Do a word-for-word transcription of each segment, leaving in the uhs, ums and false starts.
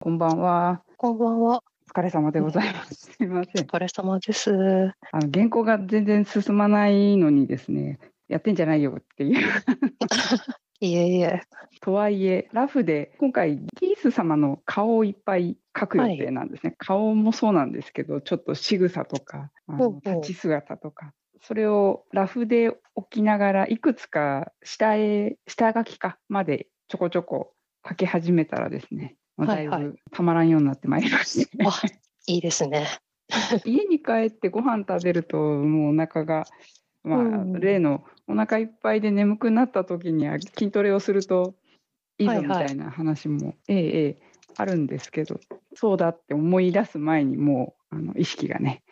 こんばんは。 こんばんは。 お疲れ様でございます。すいません。 お疲れ様です。 あの原稿が全然進まないのにですね、やってんじゃないよっていう。 いえいえ。 とはいえ、ラフで今回ギース様の顔をいっぱい描く予定なんですね。はい、顔もそうなんですけど、ちょっと仕草とか、あの立ち姿とか、それをラフで置きながらいくつか下へ下書きかまでちょこちょこ書き始めたらですね、だいぶたまらんようになってまいりまして、 はいはい、あ、いいですね。 家に帰ってご飯食べるともうお腹が、まあ、うん、例のお腹いっぱいで眠くなった時には筋トレをするといいぞみたいな話も、はいはい、ええええあるんですけど、そうだって思い出す前にもうあの意識がね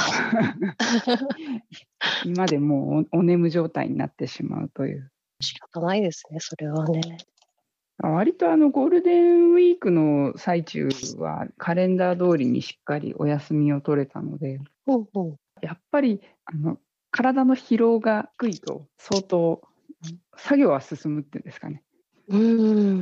今でもう お, お眠状態になってしまうという。 仕方ないですね、それはね。 割とあのゴールデンウィークの最中はカレンダー通りにしっかりお休みを取れたので、 うんうん、 やっぱりあの体の疲労が低いと相当作業は進むっていうんですかね。 うん。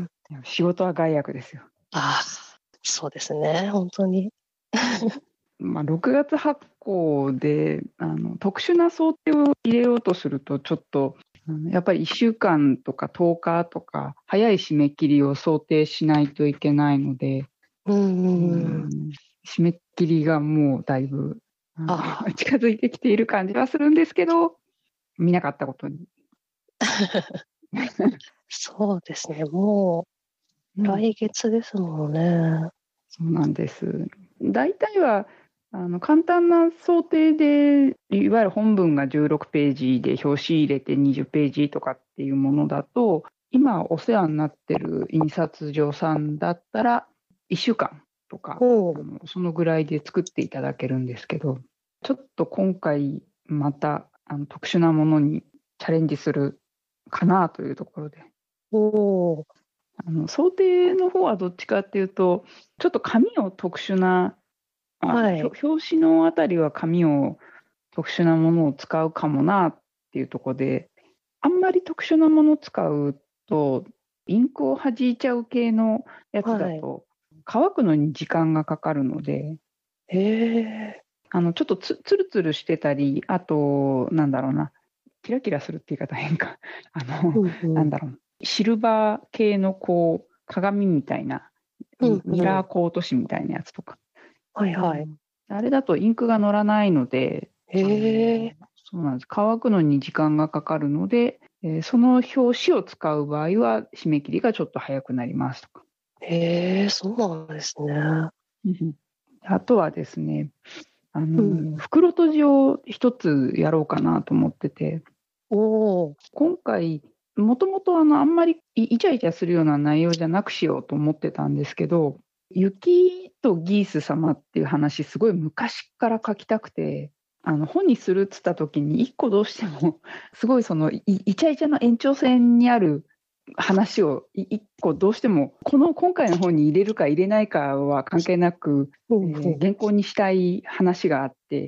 仕事は害悪ですよ。 ああ、そうですね、本当に。 まあろくがつ発行であの特殊な想定を入れようとするとちょっとやっぱりいっしゅうかんとかとおかとか早い締め切りを想定しないといけないので、 うんうんうん締め切りがもうだいぶ近づいてきている感じはするんですけど、見なかったことに。 そうですね、もう来月ですもんね。うん、 そうなんです。大体はあの簡単な想定でいわゆる本文がじゅうろくページで表紙入れてにじゅっページとかっていうものだと、今お世話になってる印刷所さんだったらいっしゅうかんとか、あのそのぐらいで作っていただけるんですけど、ちょっと今回またあの特殊なものにチャレンジするかなというところで。 おー、 あの想定の方はどっちかっていうとちょっと紙を特殊な、はい、表紙のあたりは紙を特殊なものを使うかもなっていうところで、あんまり特殊なものを使うとインクを弾いちゃう系のやつだと乾くのに時間がかかるので、 はい、へあのちょっとつつるつるしてたり、あとなんだろうな、キラキラするって言い方変かあの、うんうん、なんだろう、シルバー系のこう鏡みたいな、うんうん、ミラーコート紙みたいなやつとか、 はいはい、うん、 あれだとインクが乗らないので、 へえ、 そうなんです。乾くのに時間がかかるので、えー、その表紙を使う場合は締め切りがちょっと早くなりますとか。 へえ、そうなんですね。 あとはですね、あの、うん、袋閉じを一つやろうかなと思ってて、お今回もともとあのあんまりイチャイチャするような内容じゃなくしようと思ってたんですけど、雪とギース様っていう話すごい昔から書きたくて、あの本にするっつった時に一個どうしてもすごいそのイチャイチャの延長線にある話を一個どうしてもこの今回の本に入れるか入れないかは関係なく、うんうん、えー、原稿にしたい話があって、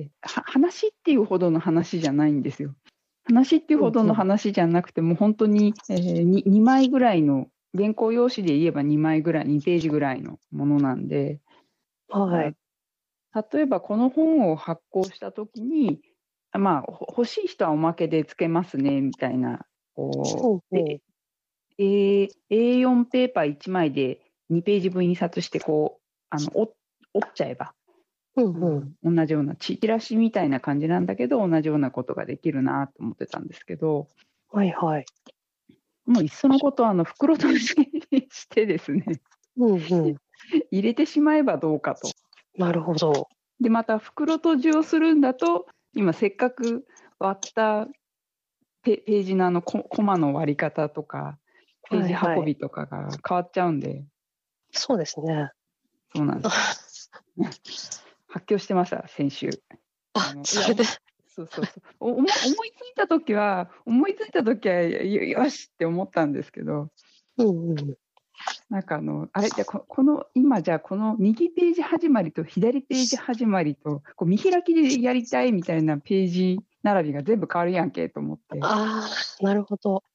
話っていうほどの話じゃないんですよ。話っていうほどの話じゃなくても本当に、えー、に, にまいぐらいの原稿用紙で言えばにまいぐらいにページぐらいのものなんで、はい、例えばこの本を発行した時に、まあ、欲しい人はおまけでつけますねみたいなこう、えー、エーよん ペーパーいちまいでにページ分印刷してこうあの折っちゃえば、うんうん、同じようなチラシみたいな感じなんだけど同じようなことができるなと思ってたんですけど、 はいはい、 もういっそのことあの袋閉じしてですね、うんうん、入れてしまえばどうかと。 なるほど。 でまた袋閉じをするんだと今せっかく割ったページのあのコマの割り方とかページ運びとかが変わっちゃうんで、はいはい、 そうですね。 そうなんです発狂してました先週。 あ、それでそうそうそう思いついた時は思いついた時はよしって思ったんですけど、うんうん、なんかあのあれじゃここの今じゃあこの右ページ始まりと左ページ始まりとこう見開きでやりたいみたいなページ並びが全部変わるやんけと思って。 ああ、なるほど。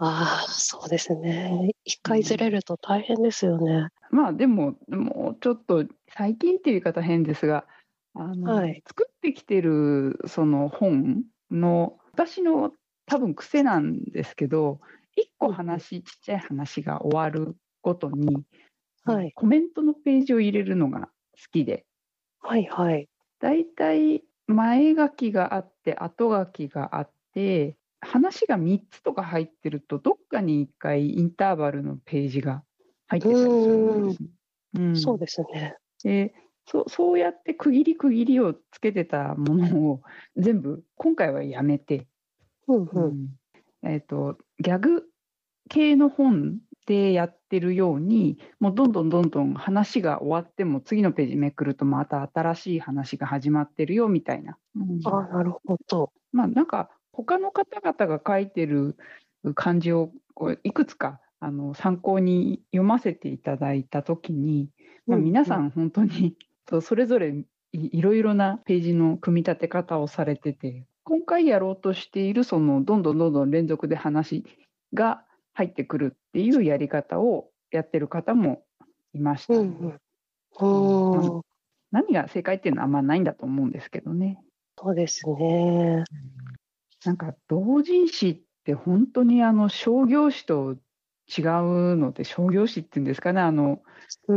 ああ、そうですね。一回ずれると大変ですよね。 まあでも、もうちょっと最近っていう言い方変ですが、あの、 はい。 作ってきてるその本の、私の多分癖なんですけど、一個うんうん。 話、ちっちゃい話が終わるごとに、 はい。 コメントのページを入れるのが好きで、 はいはい。 だいたい前書きがあって、後書きがあって、話がみっつとか入ってると、どっかにいっかいインターバルのページが入っうてたりするんーん、 ですね。うん。 そうですね。 で、そそうやって区切り区切りをつけてたものを全部今回はやめて、 うんうん。 うん、えっと、ギャグ系の本でやってるように、もうどんどんどんどん話が終わっても次のページめくるとまた新しい話が始まってるよみたいな。うん、 ああ、なるほど。 まあなんか他の方々が書いてる漢字をこういくつかあの参考に読ませていただいたときに、まあ、 うんうん。 皆さん本当にそうそれぞれいいろいろなページの組み立て方をされてて、今回やろうとしているそのどんどんどんどん連続で話が入ってくるっていうやり方をやってる方もいましうんたんで、 ううん、まあ、 ん。うーん、 何が正解っていうのはあんまないんだと思うんですけどね。 そうですね。 なんか同人誌って本当にあの商業誌と違うので、商業誌っていうんですかね、あのうん。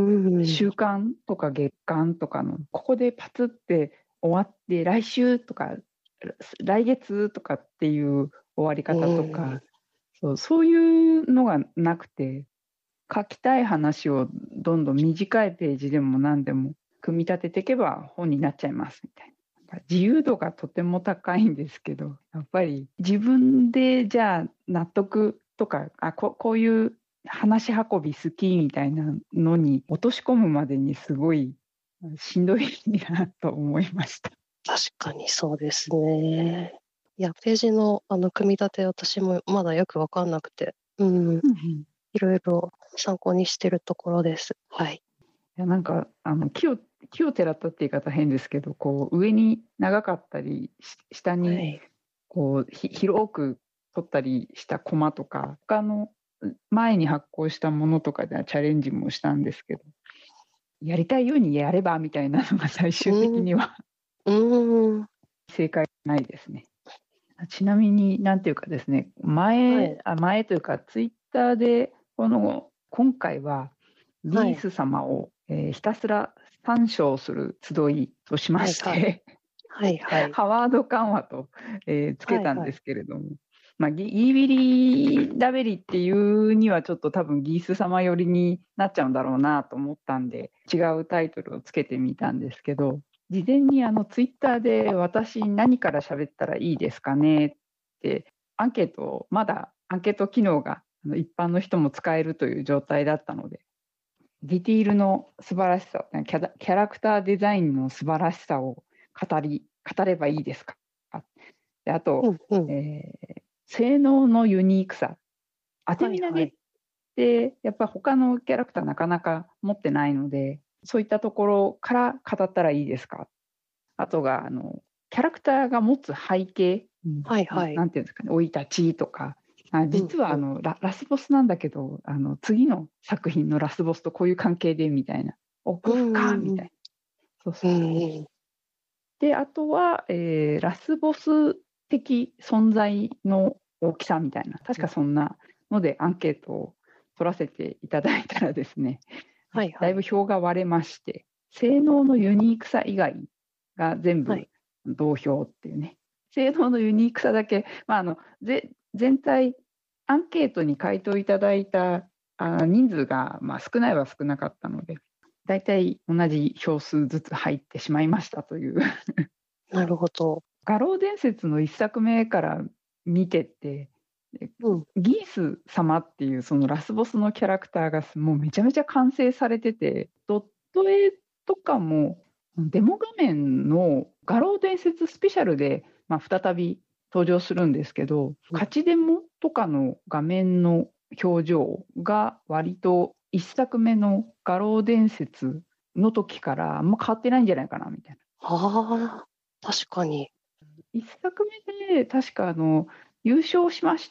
週刊とか月刊とかのここでパツって終わって来週とか来月とかっていう終わりう方とん。 か、そうそういうのがなくて、書きたい話をどんどん短いページでも何でも組み立てていけば本になっちゃいますみたいな。自由度がとても高いんですけど、やっぱり自分でじゃあ納得とか、あ、ここういう話し運び好きみたいなのに落とし込むまでにすごいしんどいなと思いました。 確かにそうですね。いや、ページのあの組み立て、私もまだよくわかんなくて、うん、 うんうん、 いろいろ参考にしてるところです。はい。 いやなんかあの木を木をてらったって言い方変ですけど、こう上に長かったり下にはい。 こうひ広く取ったりしたコマとか、他の前に発行したものとかではチャレンジもしたんですけど、やりたいようにやればみたいなのが最終的うん、 にはうーん、 正解ないですね。ちなみになんていうかですね、 はい、 前、あ前というかツイッターでこの今回ははい、 ギース様を、えーひたすら参照する集いとしまはい、はい、 して、 はいはい、 ハワード緩和と、えーつけはいはい。 たんですけれども、まあ、ギギービリダベリっていうにはちょっと多分ギース様寄りになっちゃうんだろうなと思ったんで、違うタイトルをつけてみたんですけど、事前にあのツイッターで私何から喋ったらいいですかねってアンケートを、まだアンケート機能が一般の人も使えるという状態だったので、ディティールの素晴らしさ、キャラキャラクターデザインの素晴らしさを語り、語ればいいですか。であと、 うんうん。 えー性能のユニークさ。当て身投げっはいはい。 て、やっぱ他のキャラクターなかなか持ってないので、そういったところから語ったらいいですか。あとが、あの、キャラクターが持つ背景、うん、なはいはい。 なんていうんですかね、生い立ちとか、あうんうん。 実はあのララスボスなんだけど、あの次の作品のラスボスとこういう関係でみたいな、 う奥深みんうん。 たいな。そうそう。 うんうん。 で、あとは、えーラスボス的存在の大きさみたいな、確かそんなのでアンケートを取らせていただいたらですね、だいぶはいはい。 票が割れまして、性能のユニークさ以外が全部はい。 同票っていうね、性能のユニークさだけ、まあ、あのぜ全体、アンケートに回答いただいたあ人数が、まあ、少ないは少なかったので、大体同じ票数ずつ入ってしまいましたというなるほど。 画廊伝説の一作目から見てて、 うん。 ギース様っていうそのラスボスのキャラクターがもうめちゃめちゃ完成されてて、ドット絵とかもデモ画面の画廊伝説スペシャルで、まあ、再び登場するんですけど、 うん。 勝ちデモとかの画面の表情が割と一作目の画廊伝説の時からあんま変わってないんじゃないかなみたいな。 ああ、確かに。 一作目で確かあの優勝しましたっ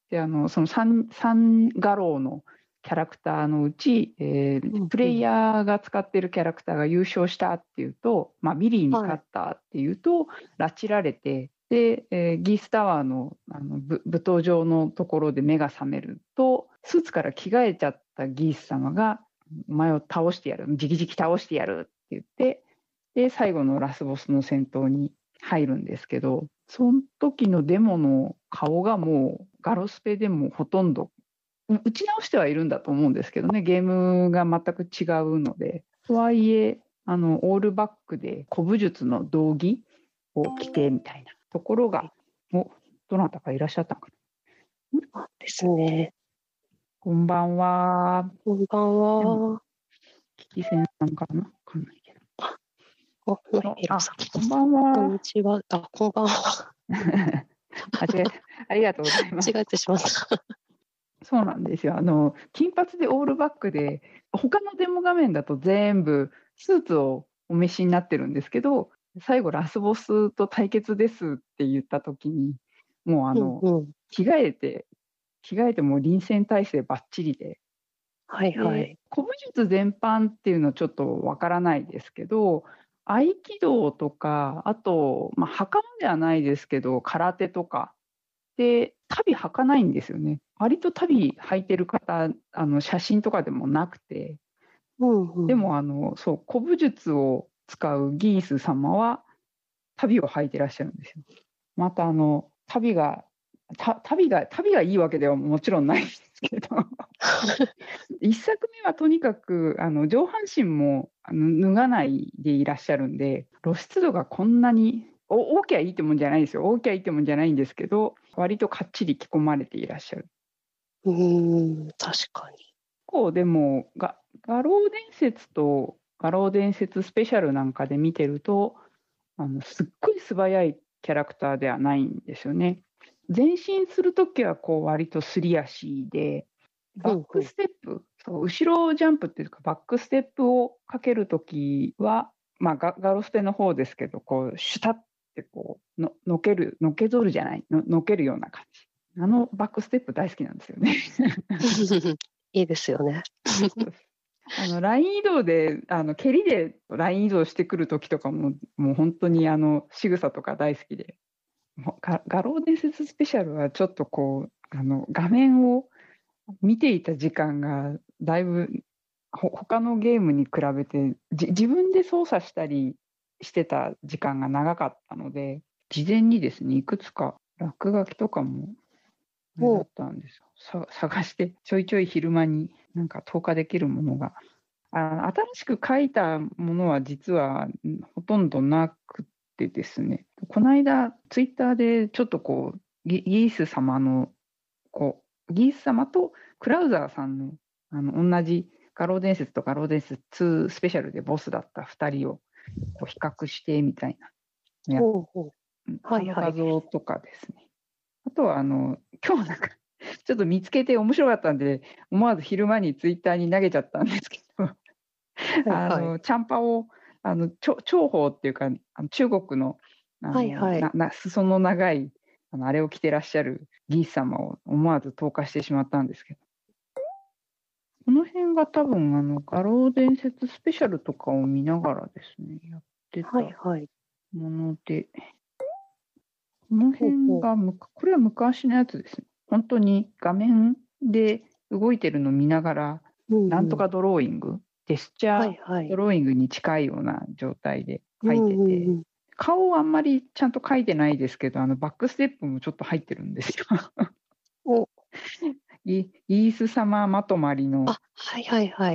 であのその 3, 3画廊のキャラクターのうち、えー、プレイヤーが使っているキャラクターが優勝したっていうと、まあ、ビリーに勝ったっていうと、はい、拉致られて、で、えー、ギースタワー の, あの舞踏場のところで目が覚めると、スーツから着替えちゃったギース様がお前を倒してやる、じきじき倒してやるって言って、で最後のラスボスの戦闘に入るんですけど、その時のデモの顔がもうガロスペでもほとんど打ち直してはいるんだと思うんですけどね、ゲームが全く違うので。とはいえあのオールバックで古武術の道着を着てみたいなところが、お、どなたかいらっしゃったのかな。あですね。 こんばんは。 こんばんは。 キキセンさんかな、わかんないけど。 あ、お、のひろさん。 こんばんは。 こんにちは。あ、こんばんは。 あ、違う、ありがとうございます。 間違えてしまった。 そうなんですよ。あの金髪でオールバックで、他のデモ画面だと全部スーツをお召しになってるんですけど、最後ラスボスと対決ですって言った時に、もうあの、うんうん、着替えて着替えてもう臨戦態勢バッチリで、 はいはい、 古武術全般っていうのはちょっとわからないですけど、合気道とか、あと、まあ、袴ではないですけど空手とかで足袋履かないんですよね。割と足袋履いてる方、あの写真とかでもなくて、 うんうん、 でもあのそう古武術を使うギース様は足袋を履いてらっしゃるんですよ。またあの足袋がた旅が旅がいいわけではもちろんないんですけど一作目はとにかくあの上半身もあの脱がないでいらっしゃるんで、露出度がこんなにお大きゃいいってもんじゃないですよ。大きゃいいってもんじゃないんですけど、割とかっちり着込まれていらっしゃる。 うーん、確かに。 こうでもが画廊伝説と画廊伝説スペシャルなんかで見てると、あのすっごい素早いキャラクターではないんですよね。前進するときはこう割とすり足で、バックステップ、うんうん、そう後ろジャンプっていうかバックステップをかけるときは、まあ、ガ, ガロスペの方ですけど、こうシュタッてこうののけるのけぞるじゃないののけるような感じ。あのバックステップ大好きなんですよね。 いいですよね。 あのライン移動であの蹴りでライン移動してくるときとかももう本当にあの仕草とか大好きで。画廊伝説スペシャルはちょっとこうあの画面を見ていた時間がだいぶほ他のゲームに比べてじ自分で操作したりしてた時間が長かったので、事前にですねいくつか落書きとかもあったんですよ。探してちょいちょい昼間になんか投下できるものが、あ新しく書いたものは実はほとんどなくてですね、この間ツイッターでちょっとこうギース様のこうギース様とクラウザーさんのあの同じ画廊伝説と画廊伝説ツースペシャルでボスだったふたりをこう比較してみたいな、 ほうほう、 はいはい、あの画像とかですね。あとはあの今日なんかちょっと見つけて面白かったんで、思わず昼間にツイッターに投げちゃったんですけど、はいはい、あのチャンパをあの長宝っていうかあの中国の、あの、はいはい、なな裾の長いあのあれを着てらっしゃるギース様を思わず投下してしまったんですけど、この辺が多分あの画廊伝説スペシャルとかを見ながらですねやってたもので、はいはい、この辺がむこれは昔のやつですね。本当に画面で動いてるのを見ながら、うんうん、なんとかドローイング、ジェスチャードローイングに近いような状態で描いてて、うんうんうん、顔はあんまりちゃんと描いてないですけど、あのバックステップもちょっと入ってるんですよ。おイース様まとまりの方に、 はいはいはい、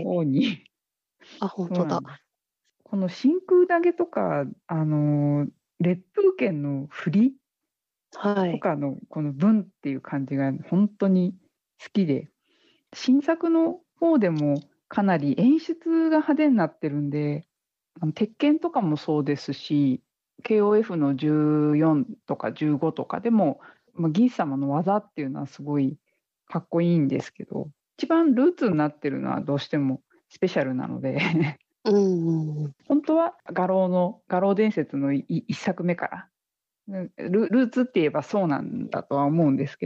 あ、本当だ。 この真空投げとか、あの烈風剣の振りとかのこの文っていう感じが本当に好きで、新作の方でもかなり演出が派手になってるんで、あの鉄拳とかもそうですし ケーオーエフ のじゅうよんとかじゅうごとかでも、まあ、ギース様の技っていうのはすごいかっこいいんですけど、一番ルーツになってるのはどうしてもスペシャルなのでうん、本当は画廊の画廊伝説の一作目からルルーツって言えばそうなんだとは思うんですけど、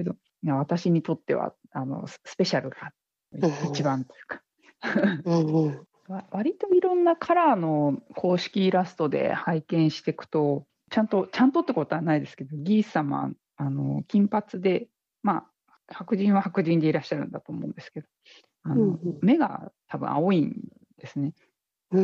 私にとってはあのスペシャルが一番というかうんうん、 割といろんなカラーの公式イラストで拝見していくと、ちゃんとちゃんとってことはないですけど、ギース様あの金髪で、まあ白人は白人でいらっしゃるんだと思うんですけど、あの、うんうん、目が多分青いんですね。 うん、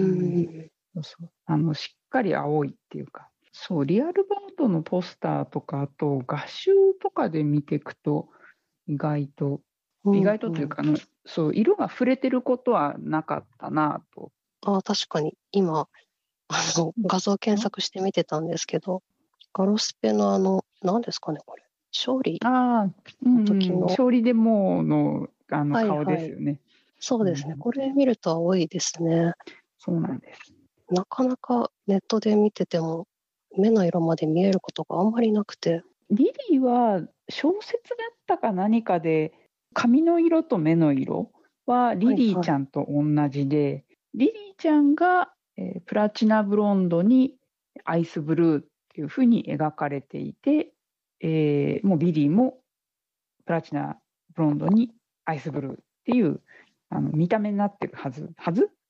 そうそうあのしっかり青いっていうか、そうリアルバードのポスターとか、あと画集とかで見ていくと意外と意外とというか、うんうん、そう色が触れてることはなかったなと。 あ、確かに今あの画像検索してみてたんですけど、ガロスペのあの何ですかねこれ、勝利の時の、うんうん、 勝利デモのあの顔ですよね。はいはい、 そうですね、うん、これ見ると青いですね。 そうなんです。 なかなかネットで見てても目の色まで見えることがあんまりなくて。 リリーは小説だったか何かで髪の色と目の色はリリーちゃんと同じで、はいはい、リリーちゃんが、えー、プラチナブロンドにアイスブルーっていうふうに描かれていて、えー、もうビリーもプラチナブロンドにアイスブルーっていうあの見た目になってるはずはず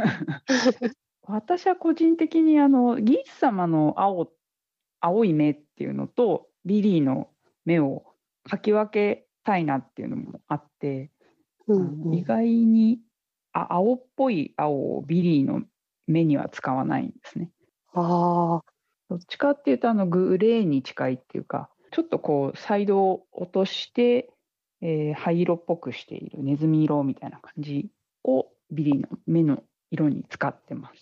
私は個人的にあのギース様の青青い目っていうのとビリーの目を描き分けたいなっていうのもあって、うんうん、意外にあ青っぽい青をビリーの目には使わないんですね。 あどっちかっていうとあのグレーに近いっていうか、ちょっとこうサイドを落として、えー、灰色っぽくしているネズミ色みたいな感じをビリーの目の色に使ってます。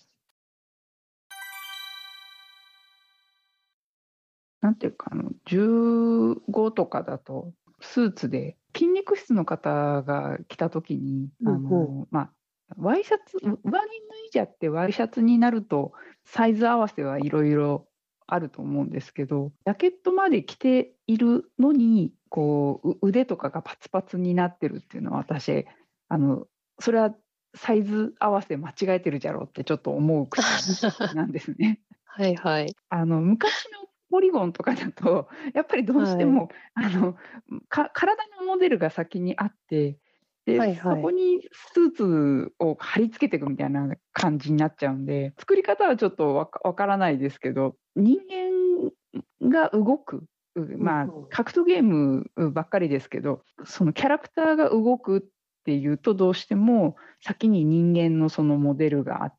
なんていうかあのじゅうごとかだとスーツで筋肉質の方が来た時に、うんうん、あのまあワイシャツ上着脱いじゃってワイシャツになるとサイズ合わせはいろいろあると思うんですけど、ジャケットまで着ているのにこう腕とかがパツパツになってるっていうのは私あのそれはサイズ合わせ間違えてるじゃろうってちょっと思うくらいなんですね。 はいはい。 あの昔のポリゴンとかだとやっぱりどうしても、はい、あのか体のモデルが先にあってで、はいはい、そこにスーツを貼り付けていくみたいな感じになっちゃうんで、作り方はちょっとわ か, わからないですけど、人間が動く、まあ、格闘ゲームばっかりですけど、そのキャラクターが動くっていうとどうしても先に人間のそのモデルがあって、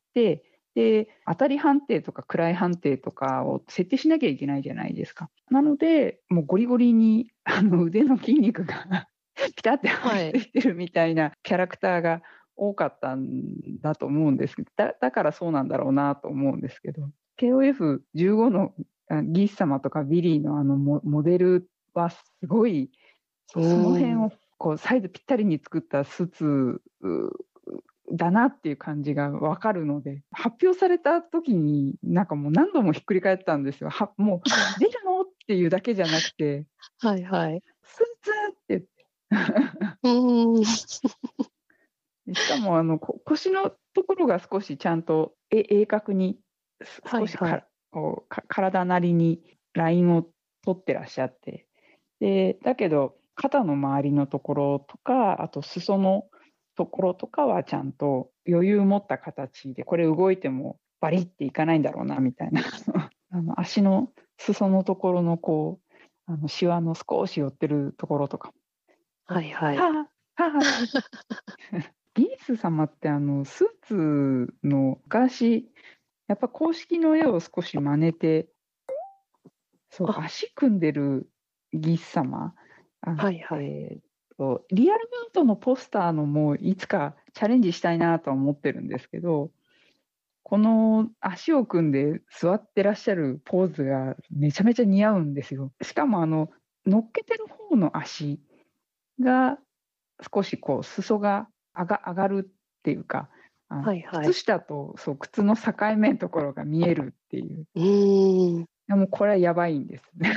で当たり判定とか位判定とかを設定しなきゃいけないじゃないですか。なのでもうゴリゴリにあの腕の筋肉がピタッて張り付いてるみたいなキャラクターが多かったんだと思うんですけど、だ, だからそうなんだろうなと思うんですけど、 ケーオーエフじゅうご のギース様とかビリーのあの モ, モデルはすごい そ, その辺をこうサイズぴったりに作ったスーツだなっていう感じが分かるので、発表された時になんかもう何度もひっくり返ったんですよ。はもう出るのっていうだけじゃなくてはいはいスーツってうんしかもあの腰のところが少しちゃんと鋭角に少しか、はいはい、こうか体なりにラインを取ってらっしゃって、でだけど肩の周りのところとかあと裾のところとかはちゃんと余裕を持った形で、これ動いてもバリッていかないんだろうなみたいなあの足の裾のところのこうあのシワの少し寄ってるところとか、 はいはい、 はあはあギース様ってあのスーツの昔やっぱ公式の絵を少し真似て、そう足組んでるギース様、 はいはい、 えー、リアルバードのポスターのもいつかチャレンジしたいなとは思ってるんですけど、この足を組んで座ってらっしゃるポーズがめちゃめちゃ似合うんですよ。しかもあの乗っけてる方の足が少しこう裾が上 が, 上がるっていうか、あの、はいはい、靴下とそう靴の境目のところが見えるっていう。 うーんでもこれはやばいんですね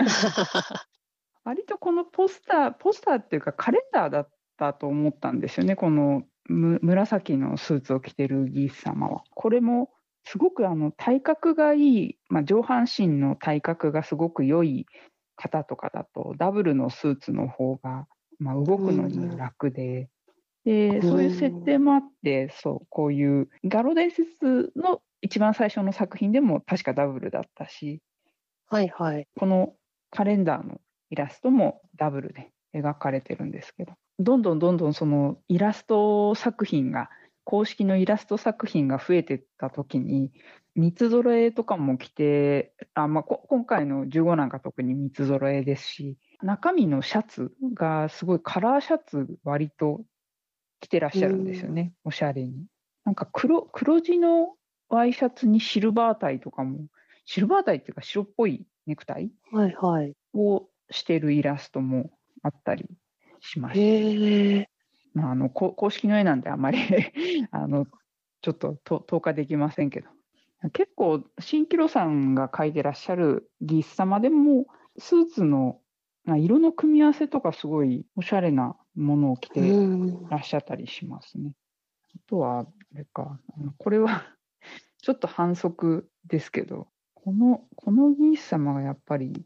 割とこのポスターポスターっていうかカレンダーだったと思ったんですよね、この紫のスーツを着てるギース様は。これもすごくあの体格がいい、まあ、上半身の体格がすごく良い方とかだとダブルのスーツの方が、まあ、動くのに楽で、でそういう設定もあって、そうこういう画廊伝説の一番最初の作品でも確かダブルだったし、 はいはい、 このカレンダーのイラストもダブルで描かれてるんですけど、どんどんどんどんそのイラスト作品が公式のイラスト作品が増えていった時に三つ揃えとかも着て、あ、まあ、今回のじゅうごなんか特に三つ揃えですし、中身のシャツがすごいカラーシャツ割と着てらっしゃるんですよね、おしゃれに。なんか 黒, 黒地のワイシャツにシルバータイとかも、シルバータイっていうか白っぽいネクタイをしてるイラストもあったりしました。へまあ、あの公式の絵なんであまりあのちょっと投下できませんけど、結構新キロさんが描いてらっしゃるギース様でもスーツの色の組み合わせとかすごいおしゃれなものを着てらっしゃったりしますね。あとはあれか、これはちょっと反則ですけど、このこのギース様がやっぱり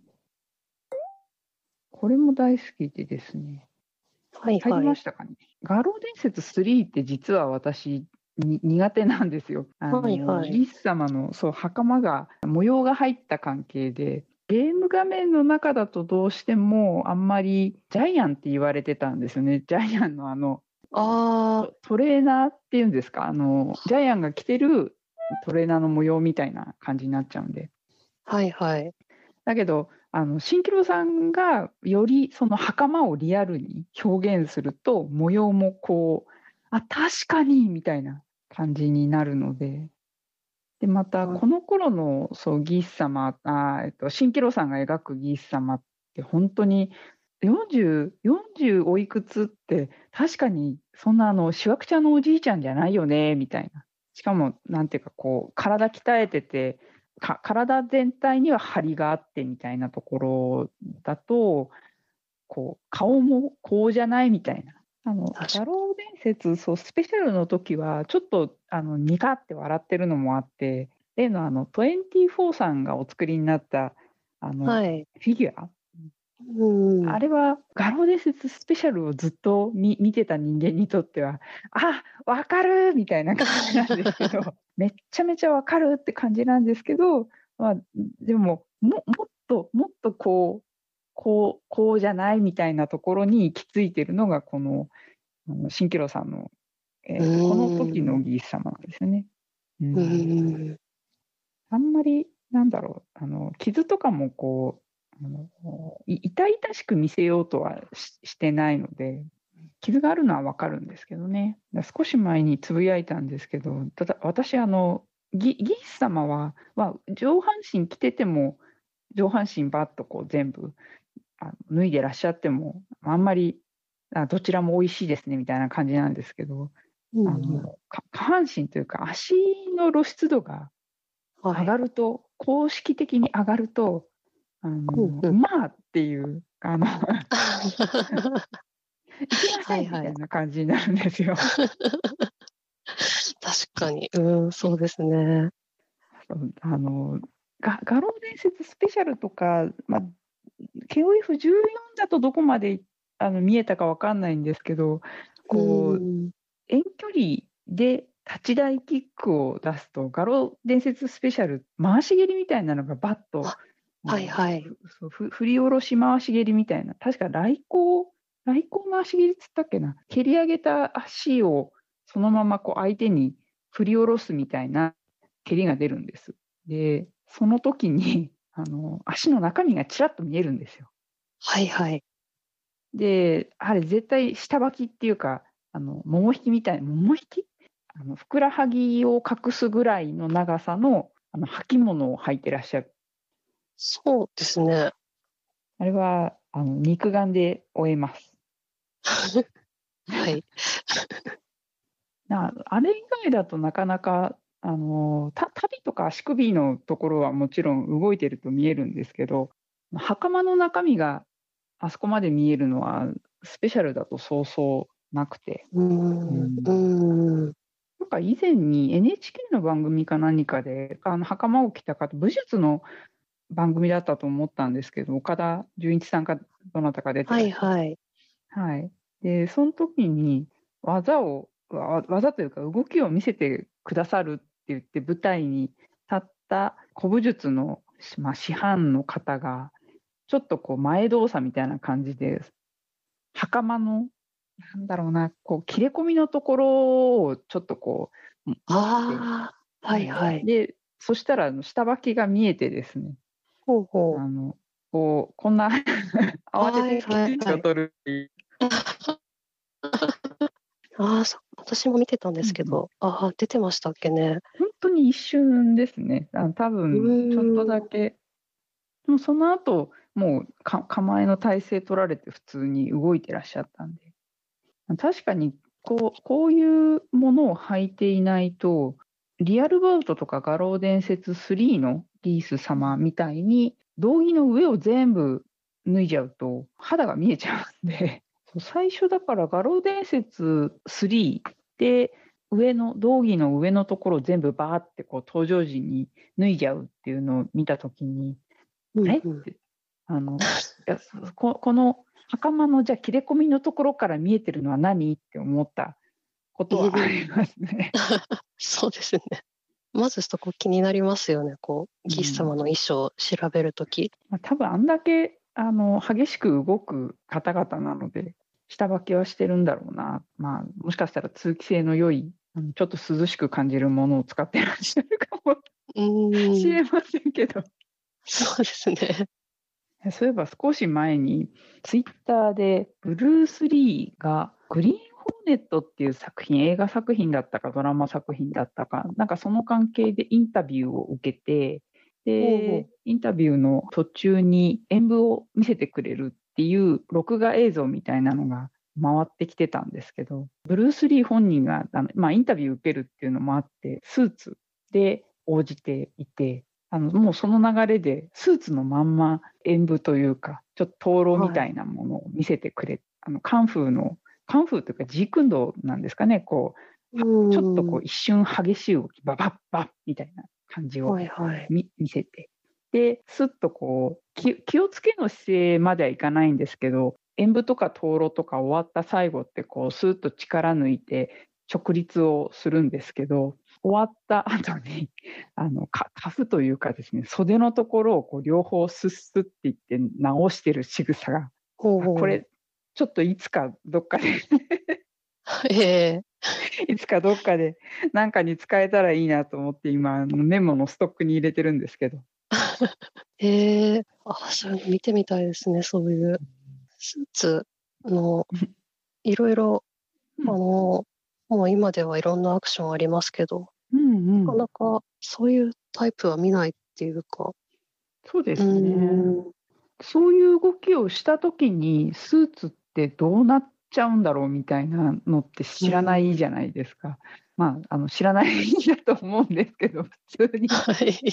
これも大好きでですね。はいはい、入りましたかね。画廊伝説スリーって実は私に苦手なんですよ。あの、はいはい、ギース様のそう袴が模様が入った関係で、ゲーム画面の中だとどうしてもあんまりジャイアンって言われてたんですよね。ジャイアンのあのあトレーナーっていうんですか、あのジャイアンが着てるトレーナーの模様みたいな感じになっちゃうんで。はいはい。だけどあの新キロさんがよりその袴をリアルに表現すると模様もこうあ確かにみたいな感じになるので。でまたこの頃のそうギース様あ、えっと、新キロさんが描くギース様って本当によんじゅう、よんじゅうおいくつって確かにそんなあのしわくちゃんのおじいちゃんじゃないよねみたいな。しかもなんていうかこう体鍛えててか体全体には張りがあってみたいなところだとこう顔もこうじゃないみたいな。あの画廊伝説そうスペシャルの時はちょっとあのニカって笑ってるのもあって例のあのにじゅうよんさんがお作りになったあの、はい、フィギュアうんあれは画廊伝説スペシャルをずっと 見, 見てた人間にとってはあわかるみたいな感じなんですけどめっちゃめちゃわかるって感じなんですけど、まあ、でも も, もっともっとこうこうこうじゃないみたいなところに行き着いてるのがこの新キロさんの、えー、この時のギース様なんですよね。うんうんあんまりなんだろうあの傷とかもこうあの痛々しく見せようとは し, してないので傷があるのは分かるんですけどね。少し前につぶやいたんですけどただ私あの ギ, ギース様は、まあ、上半身着てても上半身バッとこう全部あの脱いでらっしゃってもあんまりあどちらも美味しいですねみたいな感じなんですけど、うん、あの下半身というか足の露出度が上がると、はい、公式的に上がるとあの、うんうん、まあっていうあの行きませんみたいな感じになるんですよ。はいはい、 確かに、うん、そうですね。 あの画廊伝説スペシャルとか、まあ、ケーオーエフじゅうよん だとどこまであの見えたか分かんないんですけどこう、うん、遠距離で立ち台キックを出すと画廊伝説スペシャル回し蹴りみたいなのがバッと、はいはい、そう振り下ろし回し蹴りみたいな確か来光来光回し蹴りっつったっけな蹴り上げた足をそのままこう相手に振り下ろすみたいな蹴りが出るんです。でその時にあの足の中身がちらっと見えるんですよ。 はいはい。 であれ絶対下履きっていうかあの桃引きみたいな桃引きあのふくらはぎを隠すぐらいの長さのあの履物を履いてらっしゃる。 そうですね。 あれはあの肉眼で追えます。 はい。 なあれ以外だとなかなかあのた足袋とか足首のところはもちろん動いてると見えるんですけど袴の中身があそこまで見えるのはスペシャルだとそうそうなくて。うんうんなんか以前に エヌエイチケー の番組か何かであの袴を着た方武術の番組だったと思ったんですけど、岡田准一さんかどなたか出てらっしゃって、 はいはい。 はい。で、その時に技を、技というか動きを見せてくださるって言って舞台に立った古武術の、まあ、師範の方が、ちょっとこう前動作みたいな感じで、袴の、なんだろうな、こう切れ込みのところをちょっとこう持って、 ああ、はいはい。 で、そしたら下履きが見えてですね、 ほうほう。 あの、こう、こんな慌てて写真を撮るっていう。 ああ、そ私も見てたんですけど、うんうん、ああ、出てましたっけね。 本当に一瞬ですね。あ多分、ちょっとだけ。でもその後、もうか構えの体勢取られて普通に動いてらっしゃったんで。確かにこう、こういうものを履いていないと、リアルバウトとか画廊伝説スリーのギース様みたいに、道着の上を全部脱いじゃうと肌が見えちゃうんで、最初だから画廊伝説スリーで上の道着の上のところを全部バーってこう登場時に脱いじゃうっていうのを見たときに、うんうん、えってあのいやここの袴のじゃあ切れ込みのところから見えてるのは何って思ったことはありますね。 そうですね。まずそこ気になりますよね。こうギース様の衣装を調べるとき、 うん、多分あんだけあの激しく動く方々なので下履きはしてるんだろうな。まあもしかしたら通気性の良いちょっと涼しく感じるものを使ってらっしゃるかもしれませんけど。 そうですね。 そういえば少し前にツイッターでブルース・リーがグリーン・ホーネットっていう作品、映画作品だったかドラマ作品だったか、なんかその関係でインタビューを受けて、で、インタビューの途中に演舞を見せてくれるっていう録画映像みたいなのが回ってきてたんですけど、ブルース・リー本人があの、まあ、インタビュー受けるっていうのもあって、スーツで応じていて、あのもうその流れでスーツのまんま演舞というかちょっと灯籠みたいなものを見せてくれ、はい、あのカンフーのカンフーというかジークンドーなんですかね、こうちょっとこう一瞬激しい動きババッバッみたいな感じを 見,、はいはい、見せて、でスッとこう 気, 気をつけの姿勢まではいかないんですけど、演舞とか灯籠とか終わった最後ってこうスーッと力抜いて直立をするんですけど、終わった後にあのカフというかですね、袖のところをこう両方スッスッっていって直してる仕草が、ほうほう、これちょっといつかどっかでえー、いつかどっかで何かに使えたらいいなと思って今メモのストックに入れてるんですけど。 えー、あ、そういうの見てみたいですね。そういうスーツのいろいろ、あのもう今ではいろんなアクションありますけど、うんうん、なかなかそういうタイプは見ないっていうか。 そうですね。うん、そういう動きをしたときにスーツってどうなっちゃうんだろうみたいなのって知らないじゃないですか。うん、まあ、あの知らないんだと思うんですけど、普通に。はい、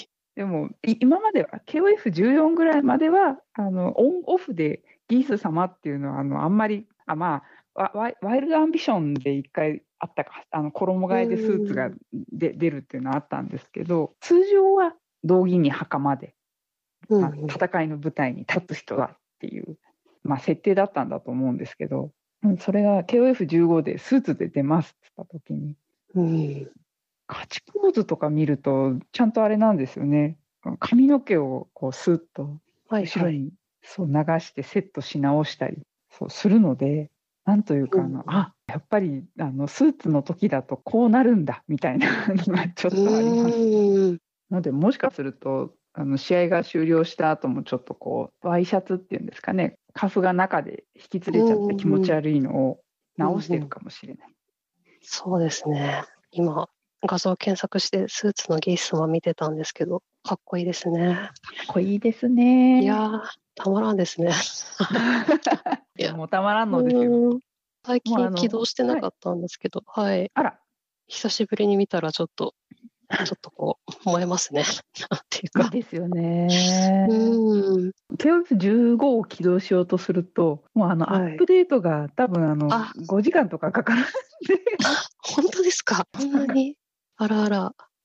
でも今までは ケーオーエフじゅうよん ぐらいまではあのオンオフでギース様っていうのはあのあんまりあまあワイルドアンビションで一回あったか、あの衣替えでスーツがで出るっていうのはあったんですけど、通常は道着に袴で、まあ、戦いの舞台に立つ人だっていう、まあ、設定だったんだと思うんですけど、それが ケーオーエフじゅうご でスーツで出ますって言った時に、うん、勝ちポーズとか見るとちゃんとあれなんですよね。髪の毛をこうスッと後ろにそう流してセットし直したりそうするので、なんというか、あの、あ、やっぱりあのスーツの時だとこうなるんだみたいなのがちょっとあります。のでもしかするとあの試合が終了した後もちょっとこうワイシャツっていうんですかね、カフが中で引きずれちゃって気持ち悪いのを直してるかもしれない。 うんうん、そうですね。今画像検索してスーツのギースは見てたんですけど、かっこいいですね。かっこいいですね。 いやー、たまらんですね。 いや、もうたまらんのですよ。 最近起動してなかったんですけど、はい。はい、 あら。 久しぶりに見たらちょっと、ちょっとこう、燃えますね。なんていうか。 いいですよね。うん。ケーオーエフじゅうご を起動しようとすると、もうあの、はい、アップデートが多分あの、ごじかんとかかかるんで。 あ、本当ですか。そんなにあらあら。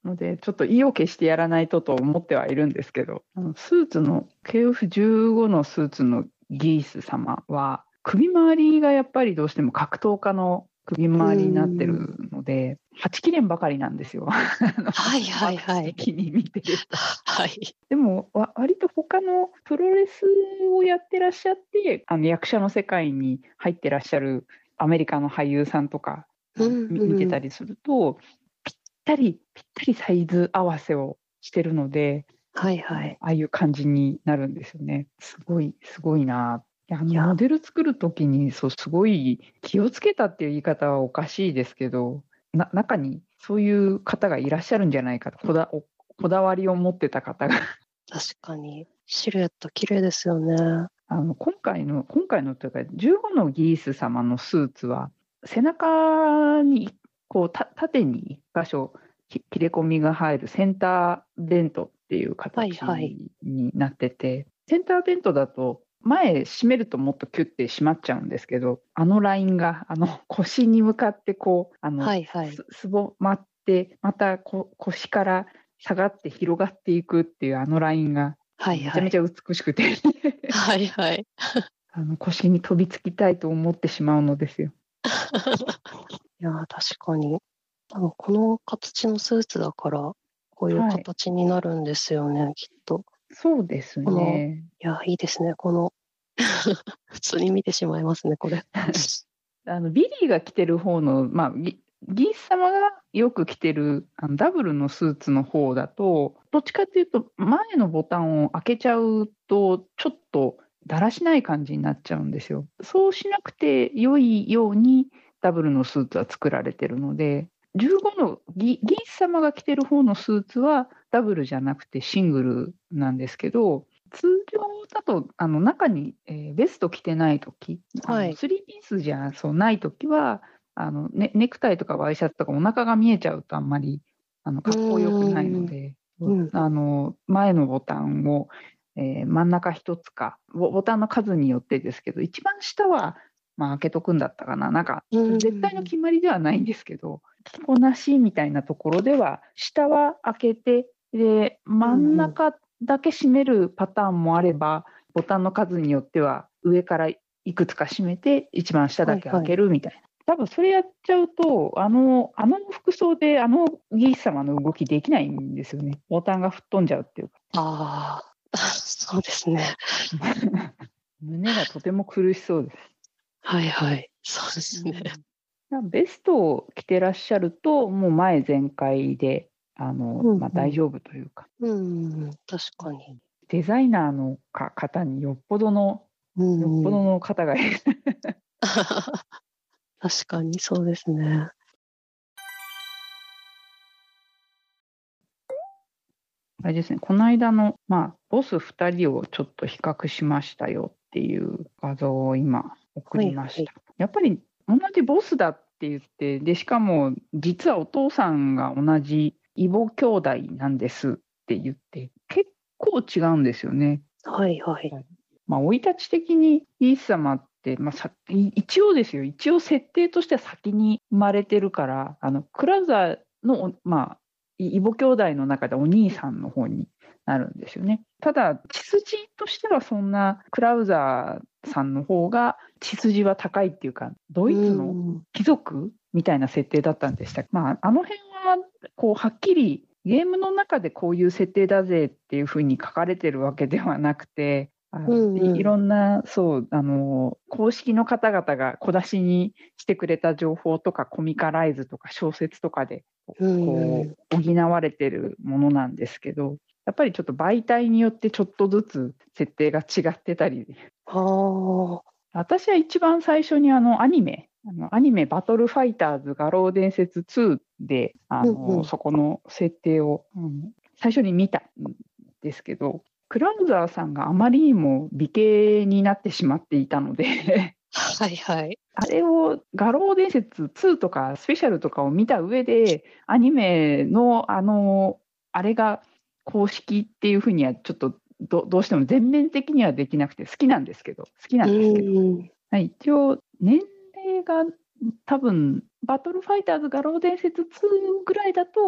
のでちょっと意を決してやらないとと思ってはいるんですけど、あのスーツの ケーエフじゅうご のスーツのギース様は首回りがやっぱりどうしても格闘家の首回りになってるので、はち切れんばかりなんですよ。 はいはいはい。 的に見てると。 はい。 でもわ割と他のプロレスをやってらっしゃって、あの役者の世界に入ってらっしゃるアメリカの俳優さんとか、 うんうん、 見てたりすると、ぴったりぴったりサイズ合わせをしてるので、 はいはい、 ああいう感じになるんですよね。すごいすごいな。あのモデル作るときにそうすごい気をつけたっていう言い方はおかしいですけど、な中にそういう方がいらっしゃるんじゃないかと、こだこだわりを持ってた方が確かにシルエット綺麗ですよね。 あの今回の今回のというかじゅうごのギース様のスーツは背中にこうた縦にいっ箇所切れ込みが入るセンターベントっていう形になってて、はいはい、センターベントだと前締めるともっとキュッて締まっちゃうんですけど、あのラインがあの腰に向かってこうあの、はいはい、す, すぼまってまたこ腰から下がって広がっていくっていうあのラインがめちゃめちゃ美しくて、 はいはい、 あの腰に飛びつきたいと思ってしまうのですよ。 いや確かにあのこの形のスーツだからこういう形になるんですよね、はい、きっと。 そうですね。 いやいいですね、この普通に見てしまいますねこれ。 あのビリーが着てる方の、まあ、ギース様がよく着てるあのダブルのスーツの方だと、どっちかというと前のボタンを開けちゃうとちょっとだらしない感じになっちゃうんですよ。そうしなくて良いようにダブルのスーツは作られてるので、じゅうごの ギ, ギース様が着てる方のスーツはダブルじゃなくてシングルなんですけど、通常だとあの中に、えー、ベスト着てないとき、はい、スリーピースじゃそうないときはあの、ね、ネクタイとかワイシャツとかお腹が見えちゃうとあんまりあのかっこよくないので、うん、あの前のボタンを、えー、真ん中一つかボ、ボタンの数によってですけど、一番下は、まあ、開けとくんだったかな、なんか絶対の決まりではないんですけど、着こなしみたいなところでは下は開けて、で真ん中だけ閉めるパターンもあれば、ボタンの数によっては上からいくつか閉めて一番下だけ開けるみたいな、はいはい、多分それやっちゃうとあのあの服装であのギース様の動きできないんですよね。ボタンが吹っ飛んじゃうっていうか。 ああ、そうですね。 胸がとても苦しそうです。 はいはい、そうですね。 ベストを着てらっしゃるともう前全開であの、うんうん、まあ、大丈夫というか、 うんうん、確かにデザイナーのか方によっぽどの、うんうん、よっぽどの方がいる確かにそうですね。 あれですね、この間の、まあ、ボスふたりをちょっと比較しましたよっていう画像を今送りました、はいはい、やっぱり同じボスだって言って、でしかも実はお父さんが同じ異母兄弟なんですって言って結構違うんですよね。 はいはい。 まあ生い立ち的にイース様って、まあ、さ一応ですよ、一応設定としては先に生まれてるから、あのクラウザーのまあ異母兄弟の中でお兄さんの方になるんですよね。ただ血筋としてはそんなクラウザーさんの方が血筋は高いっていうか、ドイツの貴族みたいな設定だったんでした。まああの辺はこうはっきりゲームの中でこういう設定だぜっていうふうに書かれてるわけではなくて、うんうん、いろんなそうあの公式の方々が小出しにしてくれた情報とかコミカライズとか小説とかでこう、うん、補われてるものなんですけど、やっぱりちょっと媒体によってちょっとずつ設定が違ってたり、は私は一番最初にあのアニメあのアニメバトルファイターズ画廊伝説ツーであの、うんうん、そこの設定を、うん、最初に見たんですけど、クラウザーさんがあまりにも美形になってしまっていたのではいはい、 あれを画廊伝説ツーとかスペシャルとかを見た上でアニメのあのあれが公式っていうふうにはちょっと ど, どうしても全面的にはできなくて、好きなんですけど好きなんですけど、はい、一応年齢が多分バトルファイターズ画廊伝説ツーぐらいだと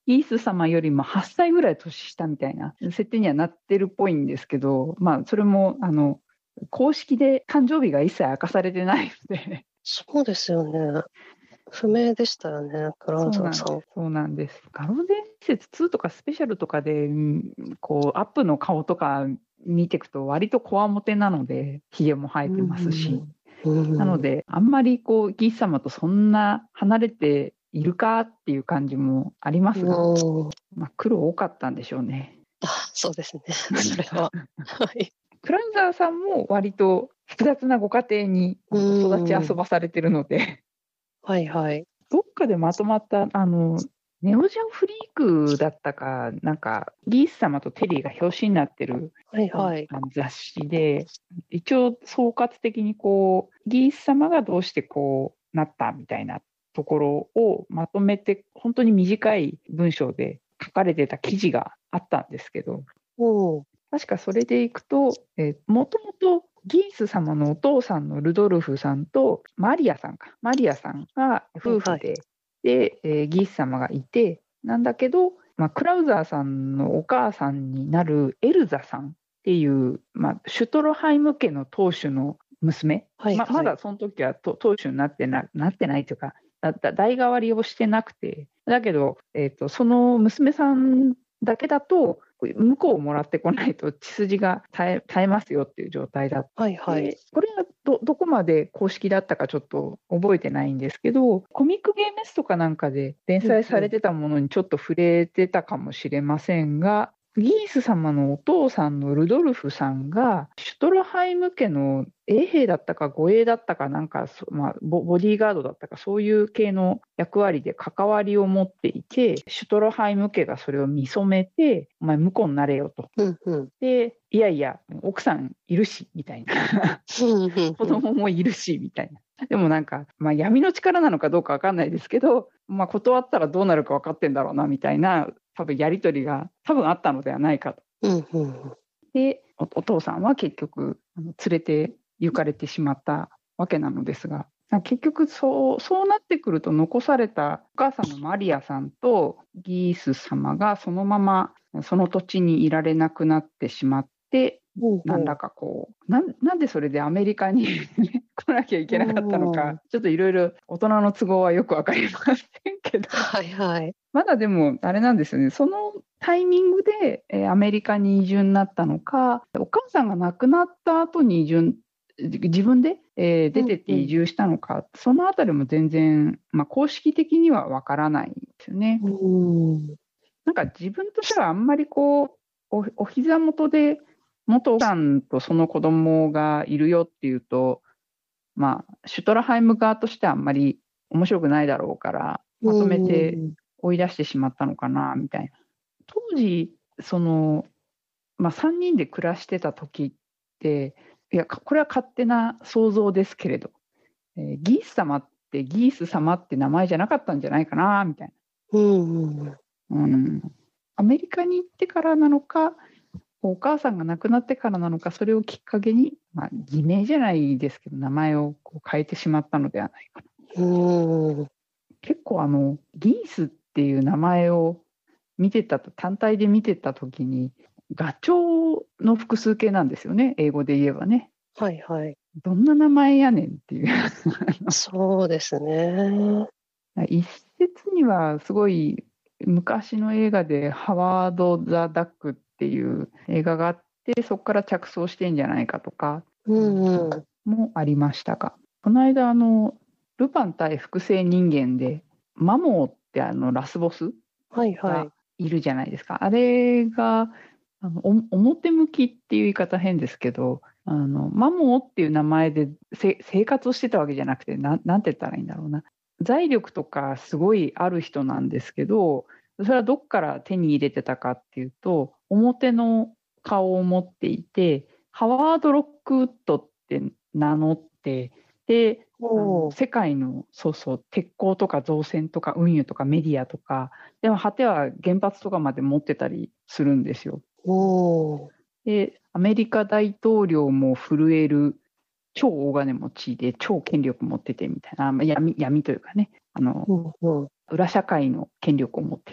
ギース様よりもはっさいぐらい年下みたいな設定にはなってるっぽいんですけど、まあ、それもあの公式で誕生日が一切明かされてないのでそうですよね。不明でしたよね、クラウザーさん。 そうなんです。画廊伝説ツーとかスペシャルとかで、こう、アップの顔とか見ていくと、割とこわもてなので、ひげも生えてますし。なので、あんまりこう、ギース様とそんな離れているかっていう感じもありますが、まあ、苦労多かったんでしょうね。 あ、そうですね、それは。はい。 クラウザーさんも割と複雑なご家庭に育ち遊ばされてるので、 はいはい。 どっかでまとまった、あの、ネオジャンフリークだったか、なんか、ギース様とテリーが表紙になってる、 はいはい、 あの雑誌で、一応総括的にこう、ギース様がどうしてこうなったみたいなところをまとめて、本当に短い文章で書かれてた記事があったんですけど、 お確かそれでいくと、えー、もともとギース様のお父さんのルドルフさんとマリアさんか、マリアさんが夫婦で、はいはい、で、えー、ギース様がいて、なんだけど、まあ、クラウザーさんのお母さんになるエルザさんっていう、まあ、シュトロハイム家の当主の娘、はいはい、ま, まだその時は当主になってな、なってないというか、代替わりをしてなくて、だけど、えーと、その娘さんだけだと、向こうをもらってこないと血筋が絶え、絶えますよっていう状態だった。 はいはい、 これが ど, どこまで公式だったかちょっと覚えてないんですけど、コミックゲームスとかなんかで連載されてたものにちょっと触れてたかもしれませんが、ギース様のお父さんのルドルフさんがシュトロハイム家の衛兵だったか護衛だったかなんか、まあ、ボディーガードだったかそういう系の役割で関わりを持っていて、シュトロハイム家がそれを見初めて、お前婿になれよと、 うんうん、 でいやいや奥さんいるしみたいな子供もいるしみたいな。でもなんか、まあ、闇の力なのかどうか分かんないですけど、まあ、断ったらどうなるか分かってんだろうなみたいな多分やり取りが多分あったのではないかと。 うんうん、 で お, お父さんは結局連れて行かれてしまったわけなのですが、結局そう、そうなってくると残されたお母さんのマリアさんとギース様がそのままその土地にいられなくなってしまって、何らかこう な, なんでそれでアメリカに来なきゃいけなかったのか、ちょっといろいろ大人の都合はよく分かりませんけど、 はいはい、 まだでもあれなんですよね、そのタイミングで、えー、アメリカに移住になったのか、お母さんが亡くなった後に移住自分で、えー、出てって移住したのか、うんうん、そのあたりも全然、まあ、公式的には分からないんですよね。うん、なんか自分としてはあんまりこう お, お膝元で元奥さんとその子供がいるよっていうと、まあ、シュトラハイム側としてはあんまり面白くないだろうからまとめて追い出してしまったのかなみたいな。当時その、まあ、さんにんで暮らしてた時って、いやこれは勝手な想像ですけれど、えー、ギース様ってギース様って名前じゃなかったんじゃないかなみたいな、うんうん、アメリカに行ってからなのかお母さんが亡くなってからなのか、それをきっかけに、まあ、偽名じゃないですけど名前をこう変えてしまったのではないかな。うん、結構あのギースっていう名前を見てたと単体で見てた時にガチョウの複数形なんですよね、英語で言えばね。 はいはい。 どんな名前やねんっていうそうですね。 一説にはすごい昔の映画でハワード・ザ・ダックっていう映画があってそこから着想してんじゃないかとかもありましたが、うんうん、この間あのルパン対複製人間でマモーってあのラスボスがいるじゃないですか、はいはい、あれがあの表向きっていう言い方変ですけど、あのマモーっていう名前で生活をしてたわけじゃなくて な, なんて言ったらいいんだろうな、財力とかすごいある人なんですけど、それはどっから手に入れてたかっていうと表の顔を持っていてハワード・ロックウッドって名乗って、であの世界のそうそう鉄鋼とか造船とか運輸とかメディアとか、でも果ては原発とかまで持ってたりするんですよ。おでアメリカ大統領も震える超大金持ちで超権力持っててみたいな、闇、闇というかね、あの、うんうん、裏社会の権力を持ってる。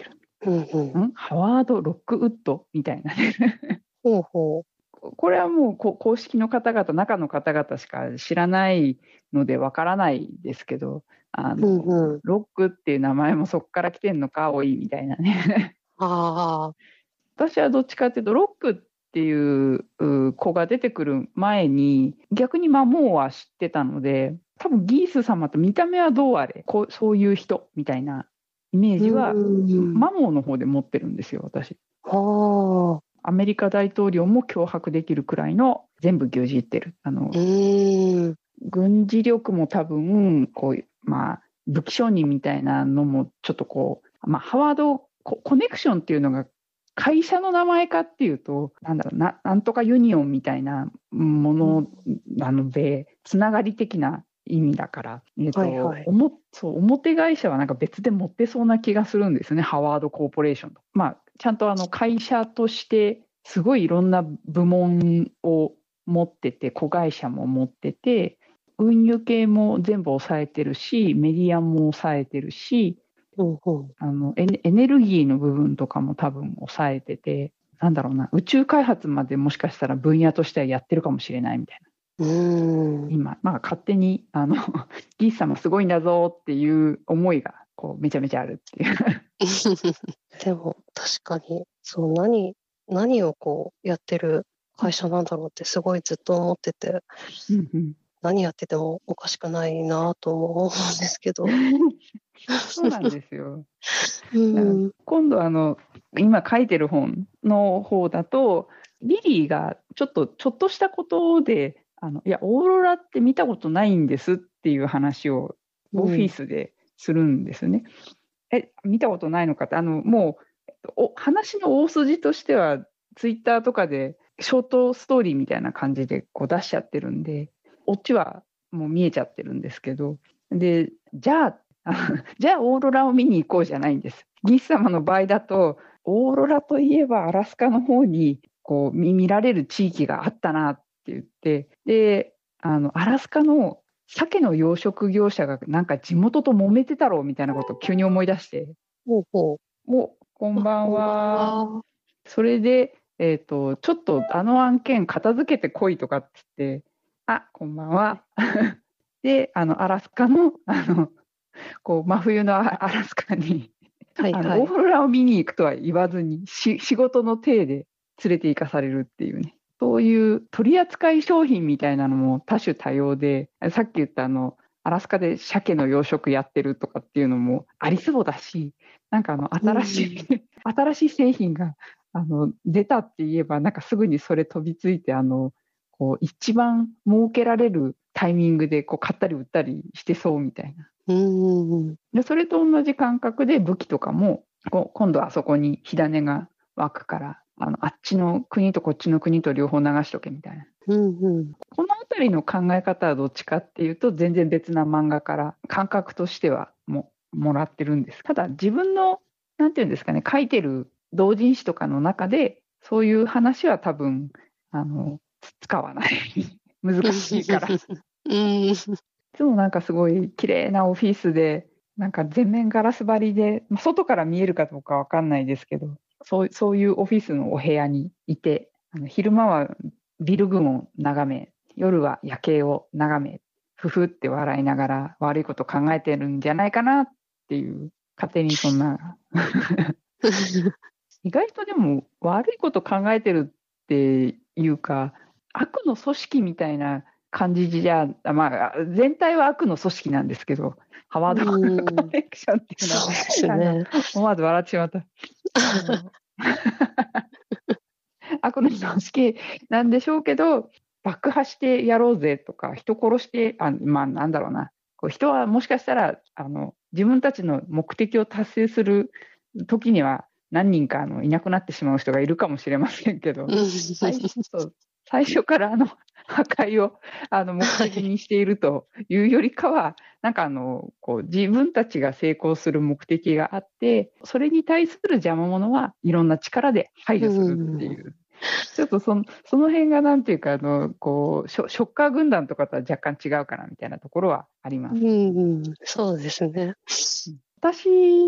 うんうんんハワード・ロックウッドみたいなね。 ほうほこれはもうこ公式の方々、中の方々しか知らないのでわからないですけど、あう。うの、 んうん。 ロックっていう名前もそこから来てんのか、多いみたいなね。 ああ。 私はどっちかっていうと、ロックっていうう子が出てくる前に、逆にマモーは知ってたので、多分ギース様と見た目はどうあれ、こうそういう人みたいなイメージは、 うんマモーの方で持ってるんですよ、私。 はあ。 アメリカ大統領も脅迫できるくらいの全部牛耳ってる。あのうーん。 軍事力も多分こう、まあ、武器商人みたいなのもちょっとこう、まあ、ハワードココネクションっていうのが会社の名前かっていうと、なんだろうな、なんとかユニオンみたいなものなので、つながり的な意味だから、えっとはいはい。 おもそう表会社はなんか別で持ってそうな気がするんですね、ハワードコーポレーションと。まあ、ちゃんとあの会社としてすごいいろんな部門を持ってて、子会社も持ってて、運輸系も全部抑えてるし、メディアも抑えてるし、 うんうんあのエネエネルギーの部分とかも多分抑えてて、なんだろうな、宇宙開発までもしかしたら分野としてはやってるかもしれないみたいな。 うーん。 今、まあ、勝手にあのギース様すごいんだぞっていう思いがこうめちゃめちゃあるっていう。 でも確かに、そう、何、何をこうやってる会社なんだろうってすごいずっと思ってて、 うんうん何やっててもおかしくないなとも思うんですけど。 そうなんですよ。 うん。 今度あの今書いてる本の方だと、リリーがちょっとちょっとしたことで、あのいやオーロラって見たことないんですっていう話をオフィスでするんですね。うん、え見たことないのかって、あのもうお話の大筋としてはツイッターとかでショートストーリーみたいな感じでこう出しちゃってるんで、オチはもう見えちゃってるんですけど、でじゃあじゃあオーロラを見に行こうじゃないんです。ギース様の場合だと、オーロラといえばアラスカの方にこう見られる地域があったなって言って、で、あのアラスカの鮭の養殖業者がなんか地元と揉めてたろうみたいなことを急に思い出して、 ほうほう。 お、こんばんは。 こんばんは。 それで、えっと、ちょっとあの案件片付けてこいとかって言って、あ、こんばんは。で、あの、アラスカの、あの、こう真冬のアラスカにはいはい、 あのオーロラを見に行くとは言わずにし仕事の体で連れて行かされるっていうね、そういう取り扱い商品みたいなのも多種多様で、さっき言ったあのアラスカで鮭の養殖やってるとかっていうのもありそうだし、なんかあの新しい、うん、新しい製品があの出たって言えばなんかすぐにそれ飛びついて、あのこう一番儲けられるタイミングでこう買ったり売ったりしてそうみたいな。 うんでそれと同じ感覚で武器とかもこう今度はあそこに火種が湧くから、あのあっちの国とこっちの国と両方流しとけみたいな、 うんうん、 このあたりの考え方はどっちかっていうと全然別な漫画から感覚としてはももらってるんです。ただ自分のなんていうんですかね、書いてる同人誌とかの中でそういう話は多分あの使わない難しいからいつもなんかすごい綺麗なオフィスで、なんか全面ガラス張りで、外から見えるかどうかわかんないですけど、そう、そういうオフィスのお部屋にいて、あの昼間はビル群を眺め、夜は夜景を眺め、ふふって笑いながら悪いこと考えてるんじゃないかなっていう、勝手にそんな。意外とでも悪いこと考えてるっていうか、悪の組織みたいな感じじゃ、まあ、全体は悪の組織なんですけど、ハワード・コネクションっていうのは、 そうですね、 思わず笑ってしまった。悪の組織なんでしょうけど、爆破してやろうぜとか、人殺して、あまあ、なんだろうな、こう人はもしかしたらあの自分たちの目的を達成する時には、何人かあのいなくなってしまう人がいるかもしれませんけど、最初最初からあの破壊をあの目的にしているというよりかは、はい、なんかあのこう自分たちが成功する目的があって、それに対する邪魔者はいろんな力で排除するっていう。うんちょっとそのその辺がなんていうかあのこうショ、ショッカー軍団とかとは若干違うかなみたいなところはあります。 うんうん、そうですね。 私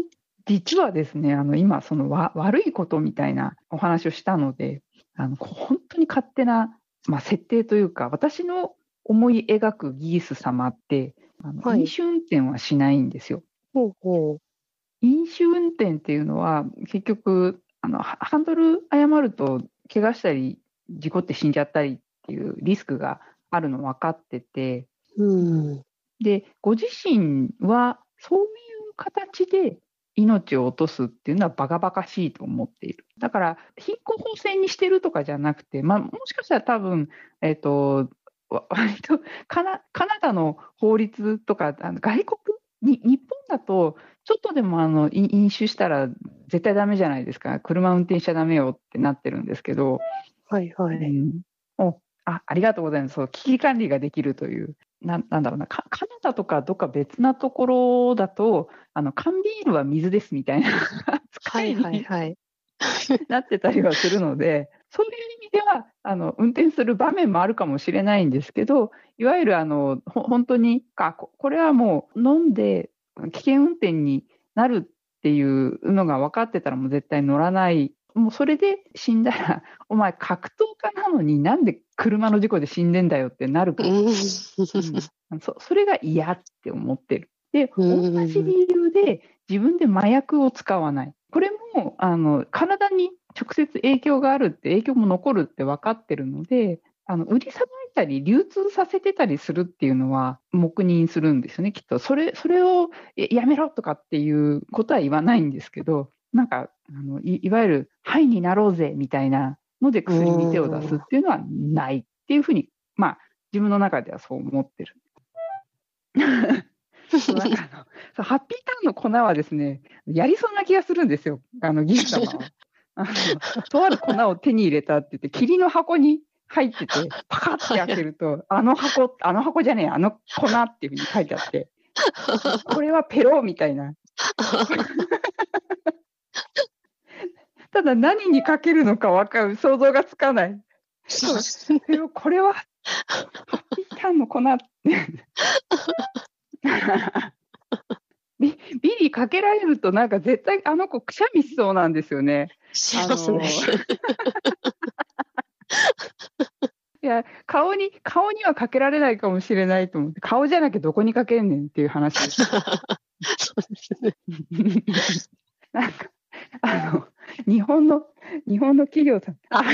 実はですね、あの今そのわ悪いことみたいなお話をしたので、あの本当に勝手な、まあ、設定というか、私の思い描くギース様ってあの、 はい。 飲酒運転はしないんですよ。 ほうほう。 飲酒運転っていうのは結局あのハハンドル誤ると怪我したり事故って死んじゃったりっていうリスクがあるの分かってて、 うん。 でご自身はそういう形で命を落とすっていうのはバカバカしいと思っている。だから貧困法制にしてるとかじゃなくて、まあ、もしかしたら多分、えっとわ割とカナカナダの法律とかあの外国に日本だとちょっとでもあの飲飲酒したら絶対ダメじゃないですか。車運転しちゃダメよってなってるんですけど、 はいはうい。 ん、おあありがとうございます。そう危機管理ができるというな、なんだろうな、カカナダとかどっか別なところだと、あの缶ビールは水ですみたいな扱はいいにはいはい。 なってたりはするので、そういう意味ではあの運転する場面もあるかもしれないんですけど、いわゆるあのほ本当にか、ここれはもう飲んで危険運転になるっていうのが分かってたらもう絶対乗らない。もうそれで死んだら、お前格闘家なのになんで車の事故で死んでんだよってなるかうら、 ん。 うん、そそれが嫌って思ってる。で、 う同じん。 理由で自分で麻薬を使わない。これもあの体に直接影響があるって影響も残るって分かってるので、あの売りさばいたり流通させてたりするっていうのは黙認するんですよね、きっと。それそれをやめろとかっていうことは言わないんですけど、なんかあの い, いわゆるハイになろうぜみたいなので薬に手を出すっていうのはないっていうふうに、まあ自分の中ではそう思ってる。そうなんかあのそうハッピーターンの粉はですね、やりそうな気がするんですよ、あのギフ様は。あのとある粉を手に入れたって言って、霧の箱に入ってて、パカッて開けると、あの箱、あの箱じゃねえ、あの粉っていうふうに書いてあって、これはペロみたいな。ただ何にかけるのか分かる、想像がつかない。そうペロこれはハッピーターンの粉って。ビビリーかけられるとなんか絶対あの子くしゃみしそうなんですよね。 しますね。 いや顔に顔にはかけられないかもしれないと思って、顔じゃなきゃどこにかけんねんっていう話です。 そうですね。 なんかあの日本の日本の企業さんあ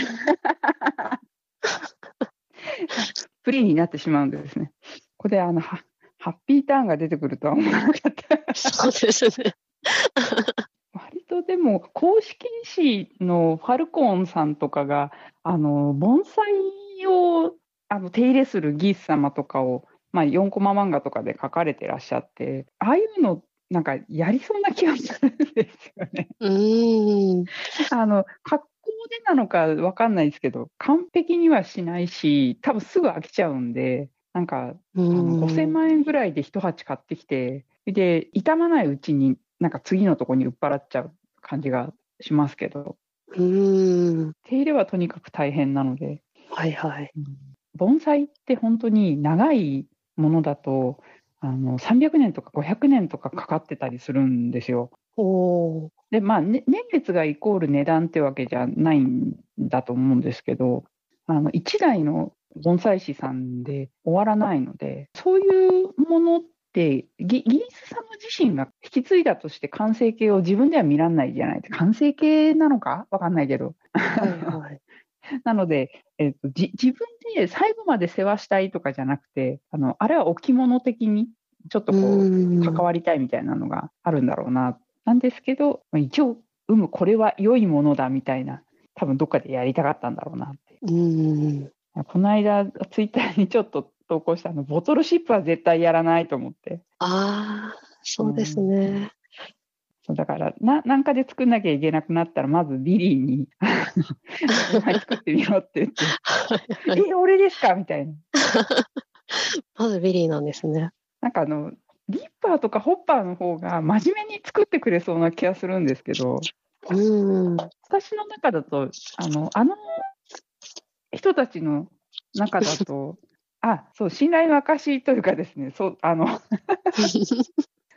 プリンになってしまうんですね。ここであのハッピーターンが出てくるとは思わなかった。 そうですね。 割とでも公式誌のファルコーンさんとかがあの盆栽をあの手入れするギース様とかを、まあ、よんコマ漫画とかで書かれてらっしゃって、ああいうのなんかやりそうな気がするんですよね。 うーん。 あの格好でなのかわかんないですけど、完璧にはしないし、多分すぐ飽きちゃうんで、なんかあのごせんまんえんぐらいで一鉢買ってきて、で傷まないうちになんか次のとこに売っ払っちゃう感じがしますけど、 うーん。 手入れはとにかく大変なので、 はいはい。 うん、盆栽って本当に長いものだとあのさんびゃくねんとかごひゃくねんとかかかってたりするんですよ。 おー。 でまあ、ね、年月がイコール値段ってわけじゃないんだと思うんですけど、あのいちだいの盆栽師さんで終わらないので、そういうものってギギース様自身が引き継いだとして完成形を自分では見らんないじゃないですか。完成形なのかわかんないけど。 はいはい。 なので、えーと、じ自分で最後まで世話したいとかじゃなくて、あのあれは置物的にちょっとこう関わりたいみたいなのがあるんだろうな。なんですけど、一応、有無これは良いものだみたいな、多分どっかでやりたかったんだろうなって。 うんこの間、ツイッターにちょっと投稿したの、ボトルシップは絶対やらないと思って。 ああ、そうですね。 うん、だからな、なんかで作んなきゃいけなくなったら、まずビリーに、お前作ってみろって言って、はいはい、え、俺ですかみたいな。 まずビリーなんですね。 なんかあの、リッパーとかホッパーの方が真面目に作ってくれそうな気がするんですけど、 うん私の中だと、あの、あの人たちの中だと、あ、そう、信頼の証というかですね、そう、あの、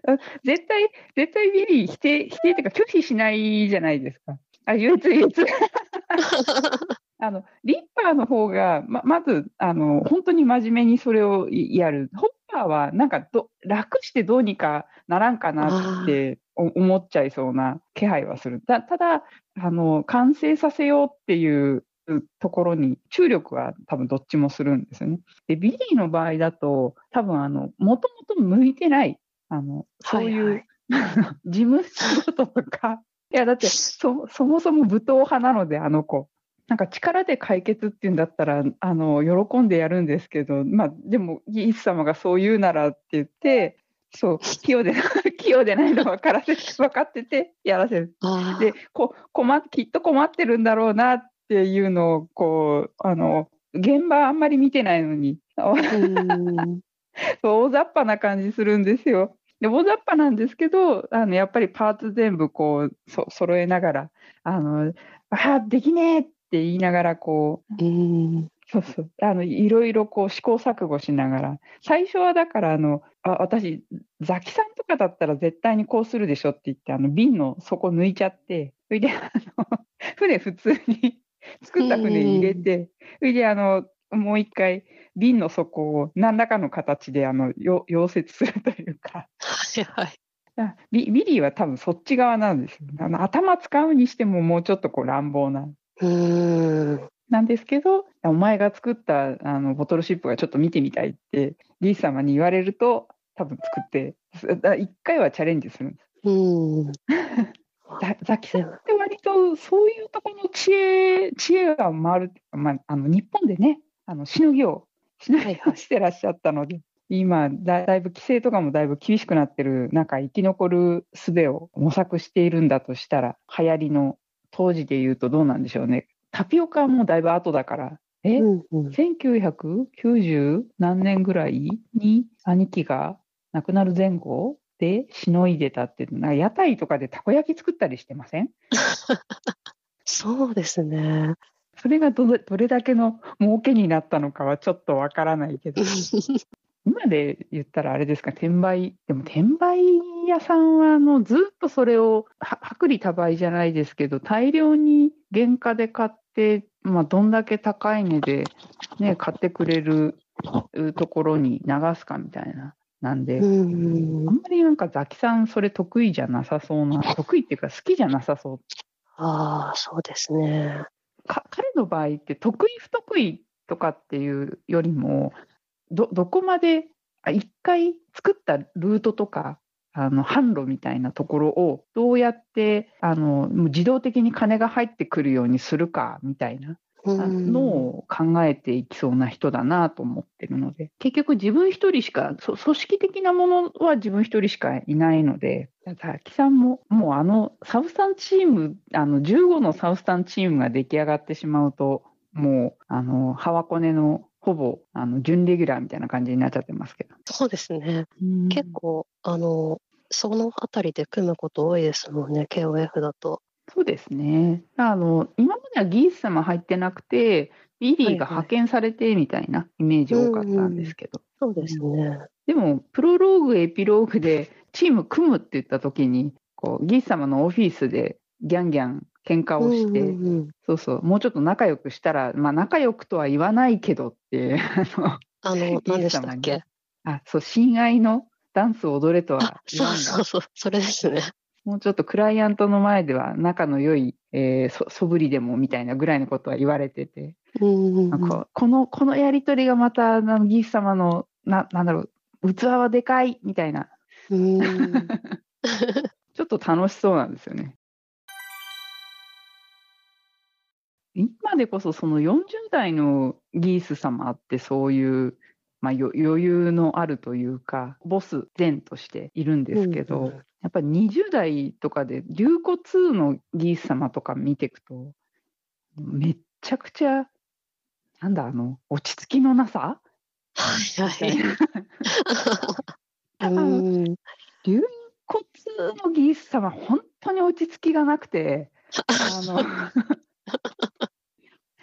絶対、絶対ビリー否定、否定っていうか拒否しないじゃないですか。あ、憂鬱、憂鬱。あの、リッパーの方が、ま、まず、あの、本当に真面目にそれをやる。ホッパーは、なんかど、楽してどうにかならんかなって思っちゃいそうな気配はする。た、ただ、あの、完成させようっていうところに注力は多分どっちもするんですよね。で、ビリーの場合だと、多分あの、もともと向いてない、あの、そういう、はいはい、事務仕事とか、いや、だって、そ、そもそも武闘派なので、あの子。なんか力で解決っていうんだったら、あの、喜んでやるんですけど、まあ、でも、ギース様がそう言うならって言って、そう、器用で、器用でないの分からせ、分かってて、やらせる。で、こ、困、きっと困ってるんだろうなっていうのを、こう、あの、現場あんまり見てないのに、うん大雑把な感じするんですよ。で、大雑把なんですけど、あの、やっぱりパーツ全部こう、そ、揃えながら、あの、あ、できねえって言いながら、こう、うんそうそう、あの、いろいろこう試行錯誤しながら、最初はだから、あの、あ、私、ザキさんとかだったら絶対にこうするでしょって言って、あの、瓶の底抜いちゃって、それで、あの、船普通に作った船入れて、それで、あの、もう一回、瓶の底を何らかの形であの溶接するというか、 はいはい、 ビ, ビリーは多分そっち側なんですよ。あの頭使うにしてももうちょっとこう乱暴な。うーんなんですけど、お前が作ったあのボトルシップがちょっと見てみたいってリース様に言われると多分作って一回はチャレンジするんです。うんザ, ザキさんって割とそういうところの知恵知恵が回るっていうか、まあ、あの日本でねあのしのぎをしのぎをしてらっしゃったので、はいはい、今だだいぶ規制とかもだいぶ厳しくなってる中生き残る術を模索しているんだとしたら流行りの当時で言うとどうなんでしょうね。タピオカはもうだいぶ後だからえ、うんうん、せんきゅうひゃくきゅうじゅう何年ぐらいに兄貴が亡くなる前後でしのいでたっていう、なんか屋台とかでたこ焼き作ったりしてません？ そうですね。 それがどれ、どれだけの儲けになったのかはちょっとわからないけど今で言ったらあれですか、転売、でも転売屋さんはあのずっとそれを薄利多売じゃないですけど大量に原価で買って、まあ、どんだけ高い値で、ね、買ってくれるところに流すかみたいな。なんで、うんあんまりなんかザキさんそれ得意じゃなさそうな、得意っていうか好きじゃなさそう。 ああ、そうですね。 か彼の場合って得意不得意とかっていうよりも、ど、どこまで、一回作ったルートとか、あの、販路みたいなところをどうやって、あの、自動的に金が入ってくるようにするかみたいなのを考えていきそうな人だなと思ってるので、結局自分一人しか、組織的なものは自分一人しかいないので、ザキさんももうあのサウスタンチーム、あのじゅうごのサウスタンチームが出来上がってしまうと、もうあのハワコネのほぼあの準レギュラーみたいな感じになっちゃってますけど。 そうですね。結構あのそのあたりで組むこと多いですもんね、ケーオーエフ だと。 そうですね。あの今まではギース様入ってなくて、ビリーが派遣されてみたいなイメージ多かったんですけど。 はいはい、うんうん、そうですね、うん。 でも、プロローグ、エピローグでチーム組むって言ったときに、こうギース様のオフィスでギャンギャン喧嘩をして、うんうんうん、そうそう、もうちょっと仲良くしたら、まあ仲良くとは言わないけどって、あの、 あの何でしたっけ？ あ、そう、親愛のダンスを踊れとは言わない。 そうそうそう、それですね。 もうちょっとクライアントの前では仲の良い、えー、そ、そぶりでもみたいなぐらいのことは言われてて、うんうんうん、こ, この、このやりとりがまた、あのギース様の、な、なんだろう、器はでかいみたいな。うんちょっと楽しそうなんですよね。今でこそそのよんじゅう代のギース様ってそういう、まあ、余裕のあるというかボス前としているんですけど、うんうん、やっぱりにじゅう代とかで竜子ツーのギース様とか見ていくとめっちゃくちゃなんだあの落ち着きのなさはいはいあの竜子ツーのギース様本当に落ち着きがなくてあのいや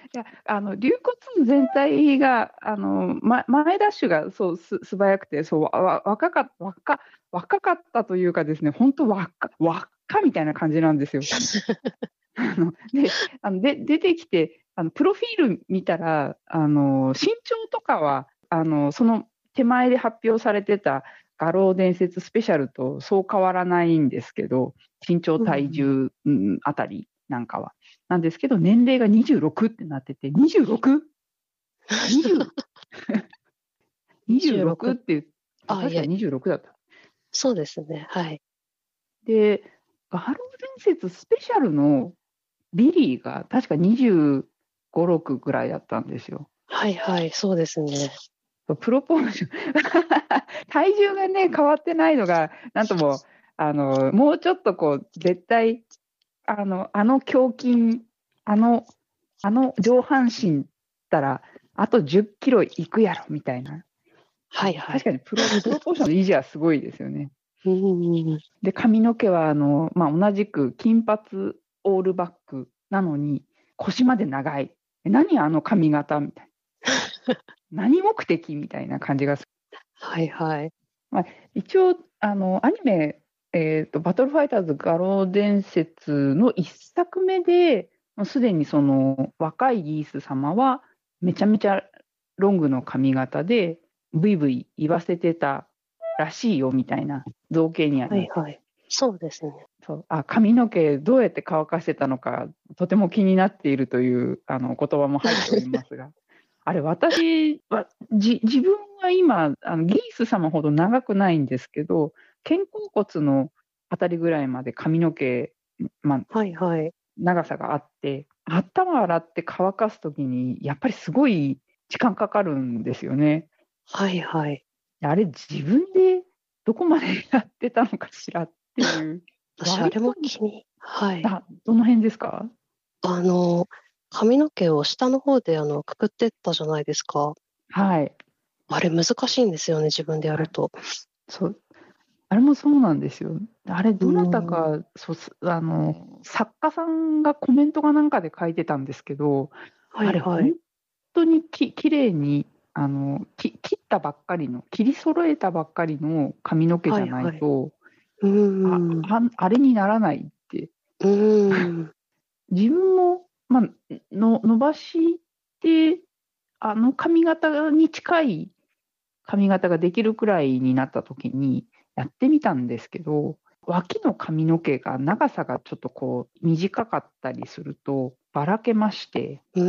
あの龍骨全体があの、ま、前ダッシュがそうす素早くてそうわ若かった若若かったというかですね、本当若若みたいな感じなんですよ。あのであので出てきてあのプロフィール見たらあの身長とかはあのその手前で発表されてた画廊伝説スペシャルとそう変わらないんですけど、身長体重、うん、あたりなんかはなんですけど、年齢がにじゅうろくってなってて にじゅうろく?にじゅう にじゅうろくっていうあ確かににじゅうろくだった。 そうですね、はい。 で画廊伝説スペシャルのビリーが確かにじゅうご、ろくぐらいだったんですよ。 はいはい、そうですね。 プロポーション体重がね変わってないのがなんともあのもうちょっとこう絶対あのあの胸筋あのあの上半身ったらあとじゅっキロいくやろみたいな。 はいはい。 確かにプロプロポーションの維持はすごいですよね。 うんで髪の毛はあの、まあ、同じく金髪オールバックなのに腰まで長い。何あの髪型みたいな。何目的みたいな感じがする。 はいはい。 まあ、一応あのアニメ、えーと、バトルファイターズ画廊伝説の一作目で、もうすでにその若いギース様はめちゃめちゃロングの髪型でブイブイ言わせてたらしいよみたいな造形にはなって、 はいはい。そうですね。 そうあ髪の毛どうやって乾かしてたのかとても気になっているというあの言葉も入っておりますがあれ私はじ自分は今あのギース様ほど長くないんですけど肩甲骨のあたりぐらいまで髪の毛、まあ、 はいはい。 長さがあって頭洗って乾かすときにやっぱりすごい時間かかるんですよね。 はいはい。 あれ自分でどこまでやってたのかしらっていう私、あれも気に、はい。 あどの辺ですか？ あの、髪の毛を下の方であのくくってったじゃないですか。 はい。 あれ難しいんですよね、自分でやると。 そうあれもそうなんですよ。あれどなたうんかそうすあの作家さんがコメントかなんかで書いてたんですけど、あれ本はいはい。 当にききれいにあのき切ったばっかりの切り揃えたばっかりの髪の毛じゃなはいはい。 いと、 うあん。 ああれにならないってうん。 自分も、まあ、の伸ばしてあの髪型に近い髪型ができるくらいになった時にやってみたんですけど、脇の髪の毛が長さがちょっとこう短かったりするとばらけまして、 うん。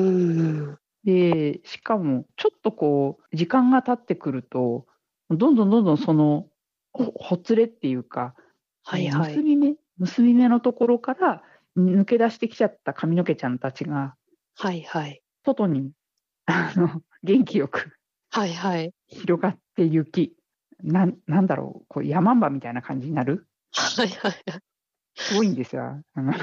でしかもちょっとこう時間が経ってくるとどんどんどんどんそのほほつれっていうか、えーはいはい。 結び目結び目のところから抜け出してきちゃった髪の毛ちゃんたちがはいはい。 外にあの元気よくはいはい。 広がってゆき、ななんだろう、こう山んばみたいな感じになる、 はいはい。 すごいんですよ。あの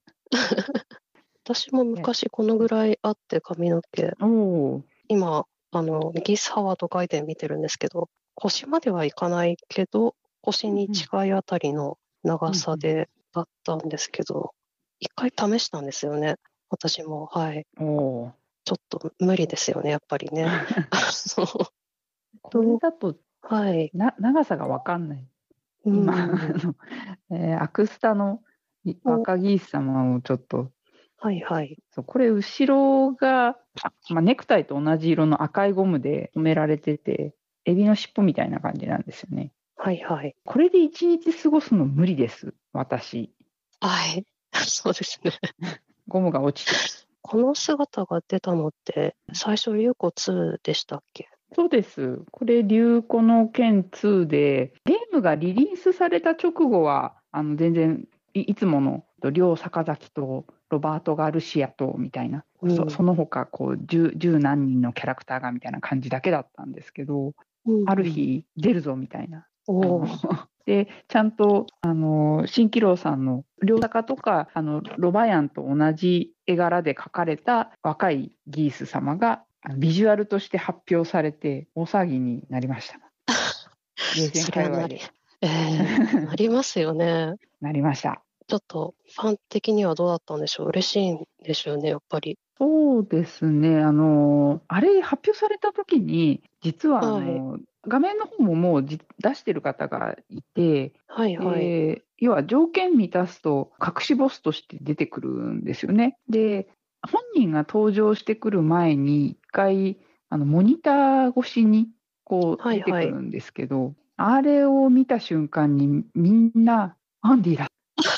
私も昔このぐらいあって髪の毛、 おお、 今、あの、ギスハワードガイデン見てるんですけど、腰まではいかないけど、腰に近いあたりの長さでだったんですけど、一回試したんですよね。私も、はい。 おお。 ちょっと無理ですよね、やっぱりね。そう。 これだとはい。 な長さがわかんない。 う今あん。 の、えーアクスタのいお若ギース様をちょっと、 はいはい。 そうこれ後ろが、あまあ、ネクタイと同じ色の赤いゴムで留められてて、エビの尻尾みたいな感じなんですよね。 はいはい。 これで一日過ごすの無理です、私。 はい。そうですね。 ゴムが落ちて。 この姿が出たのって、最初、リュウコツーでしたっけ？ そうです。これ、流行の剣ツーで、ゲームがリリースされた直後は、あの全然い、いつもの、両坂崎とロバート・ガルシアとみたいな、 うんそその他こう十、十何人のキャラクターがみたいな感じだけだったんですけど、 うんある日、出るぞみたいな。あおので、ちゃんと、あの、蜃気楼さんの両坂とか、あの、ロバヤンと同じ絵柄で描かれた若いギース様が、ビジュアルとして発表されて大騒ぎになりました。ゲーセンそれはなり、 界隈で。 えー、なりますよね。 なりました。 ちょっとファン的にはどうだったんでしょう。嬉しいんでしょうね、やっぱり。 そうですね。あの、あれ発表された時に、実はあはい。 の、画面の方ももうじ出してる方がいて、 はいはい。 で、要は条件満たすと隠しボスとして出てくるんですよね。で、本人が登場してくる前に一回、あの、モニター越しにこう出てはいはい。 くるんですけど、あれを見た瞬間にみんな、アンディだ、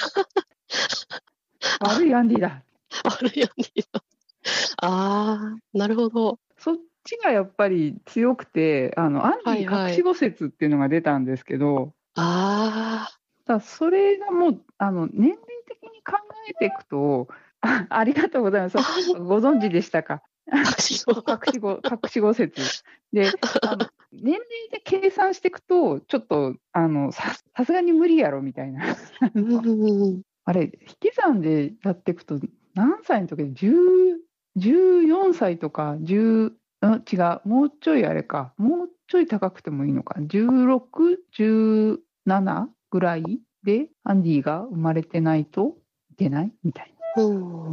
悪いアンディだ。 悪いよね。ああ、なるほど。 そっちがやっぱり強くて、あの、アンディ隠はいはい。 し子説っていうのが出たんですけど、 ああ、 ただそれがもう、あの、年齢的に考えていくと、あ、ありがとうございます。そうご存知でしたか。 私も。 隠し子、隠し子説。で、あの、年齢で計算していくと、ちょっと、あの、ささすがに無理やろみたいな。 うん。 あれ、引き算でやっていくと、何歳の時でじゅう、じゅうよんさいとか、じゅう、ん違う、もうちょいあれか、もうちょい高くてもいいのか、じゅうろく、じゅうななぐらいでアンディが生まれてないといけないみたいうん。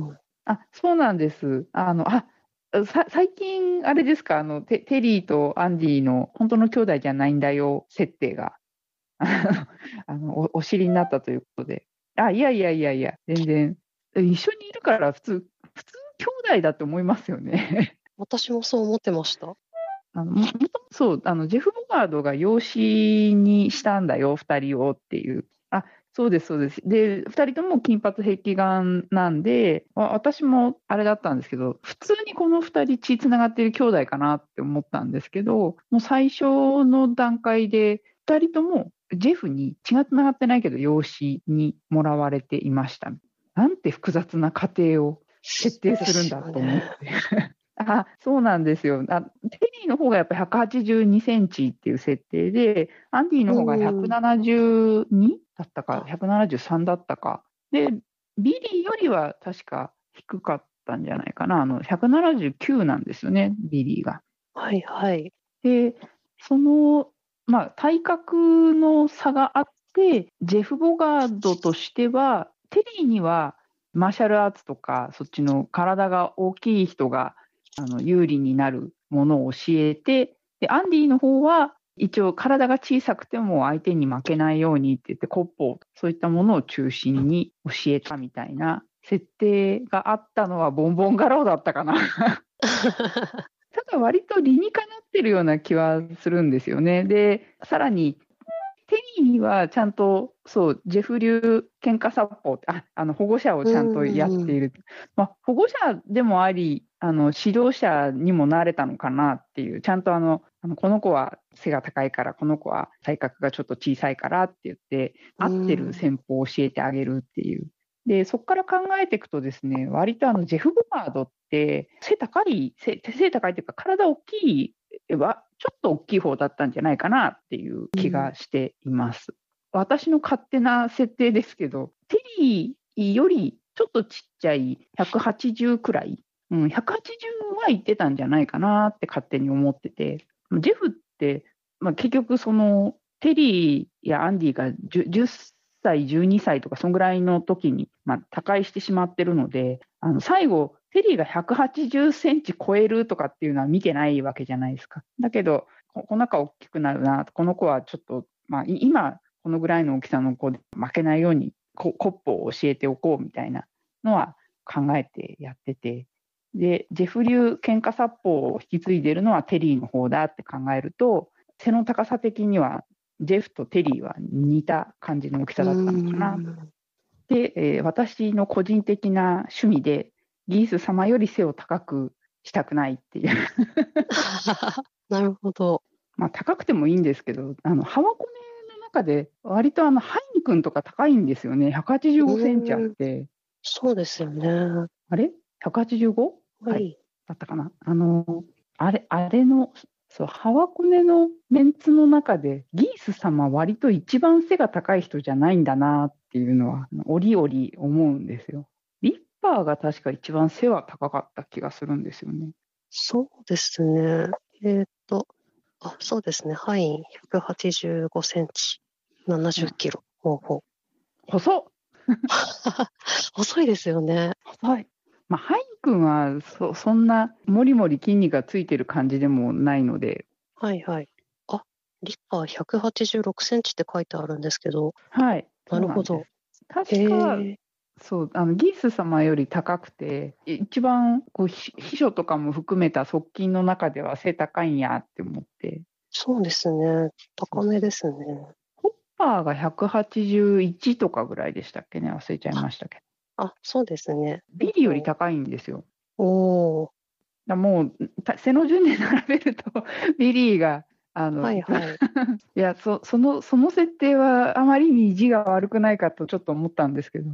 な。あ、そうなんです。あの、あ、さ最近、あれですか、あのテ、テリーとアンディの本当の兄弟じゃないんだよ、設定が。あのお、お知りになったということで。あ、いやいやいやいや、全然。一緒にいるから普通、普通兄弟だって思いますよね。 私もそう思ってました。 あのももともとそう、あのジェフ・ボガードが養子にしたんだよ、ふたりをっていう。あ、そうです、そうです。で、ふたりとも金髪碧眼なんで、わ私もあれだったんですけど、普通にこのふたり血つながってる兄弟かなって思ったんですけど、もう最初の段階で、ふたりともジェフに血がつながってないけど、養子にもらわれていました。なんて複雑な家庭を設定でするんすよだと思って。 ね。 あ、そうなんですよ。あ、テリーの方がやっぱりひゃくはちじゅうにセンチっていう設定で、アンディの方がうん。 ひゃくななじゅうにだったか、 あ、 ひゃくななじゅうさんだったか。で、ビリーよりは確か低かったんじゃないかな。あの、ひゃくななじゅうきゅうなんですよね、ビリーが。 はいはい。 で、その、まあ、体格の差があって、ジェフ・ボガードとしては、テリーにはマーシャルアーツとか、そっちの体が大きい人があの有利になるものを教えて、で、アンディの方は、一応体が小さくても相手に負けないようにって言って、コッポそういったものを中心に教えたみたいな設定があったのはボンボンガローだったかな。ただ割と理にかなってるような気はするんですよね。で、さらに、テリーにはちゃんと、そう、ジェフ流喧嘩殺法ってあ、あの保護者をうちゃんとやってん。 いる。まあ、保護者でもあり、あの指導者にもなれたのかなっていう、ちゃんとあの、あのこの子は背が高いから、この子は体格がちょっと小さいからって言って、 う合ってるん。 戦法を教えてあげるっていう。で、そこから考えていくとですね、割とあのジェフ・ボガードって背高い、背背高いというか体大きいは、ちょっと大きい方だったんじゃないかなっていう気がしています。私の勝手な設定ですけど、テリーよりちょっとちっちゃいひゃくはちじゅうくらい、うん、ひゃくはちじゅうはいってたんじゃないかなって勝手に思ってて、ジェフって、まあ、結局そのテリーやアンディが 10, じゅっさい、じゅうにさいとかそのぐらいの時に、まあ、他界してしまってるので、あの最後、テリーがひゃくはちじゅっセンチ超えるとかっていうのは見てないわけじゃないですか。だけど、ここの子は大きくなるな、この子はちょっと、まあ、今、このぐらいの大きさの子で負けないようにコップを教えておこうみたいなのは考えてやってて、で、ジェフ流喧嘩殺法を引き継いでるのはテリーの方だって考えると、背の高さ的にはジェフとテリーは似た感じの大きさうだったのかな。 ん。 で、えー私の個人的な趣味で、ギース様より背を高くしたくないっていう。 なるほど。 まあ高くてもいいんですけど、あの、ハワコネの中で割とあの、ハイン君とか高いんですよね。ひゃくはちじゅうごセンチあっうん。 て、 そうですよね。 あれ ?ひゃくはちじゅうご? はい。 はい。 だったかな。あの、あれ、あれの、そう、ハワコネのメンツの中で、ギース様割と一番背が高い人じゃないんだなっていうのは、折々思うんですよ。リッパーが確か一番背は高かった気がするんですよね。 そうですね。えーっと、あ、そうですね。範囲ひゃくはちじゅうごセンチ、70 うん、 キロ。ほうほ細っ遅いですよね。 遅い。まあ、ハイン君はそそんなもりもり筋肉がついてる感じでもないので。 はいはい。あ、リッパーひゃくはちじゅうろくセンチって書いてあるんですけど。 はい、そうなんです。 なるほど。 確か、 へえ。 そう、あのギース様より高くて、一番こう秘秘書とかも含めた側近の中では背高いんやって思って。 そうですね。高めですね。 ホッパーがひゃくはちじゅういちとかぐらいでしたっけね、忘れちゃいましたけど。 あ、そうですね。 ビリより高いんですよ。 おお。 だもう背の順で並べるとビリーがあの、 はいはい。 いやそそのその設定はあまりに意地が悪くないかとちょっと思ったんですけど。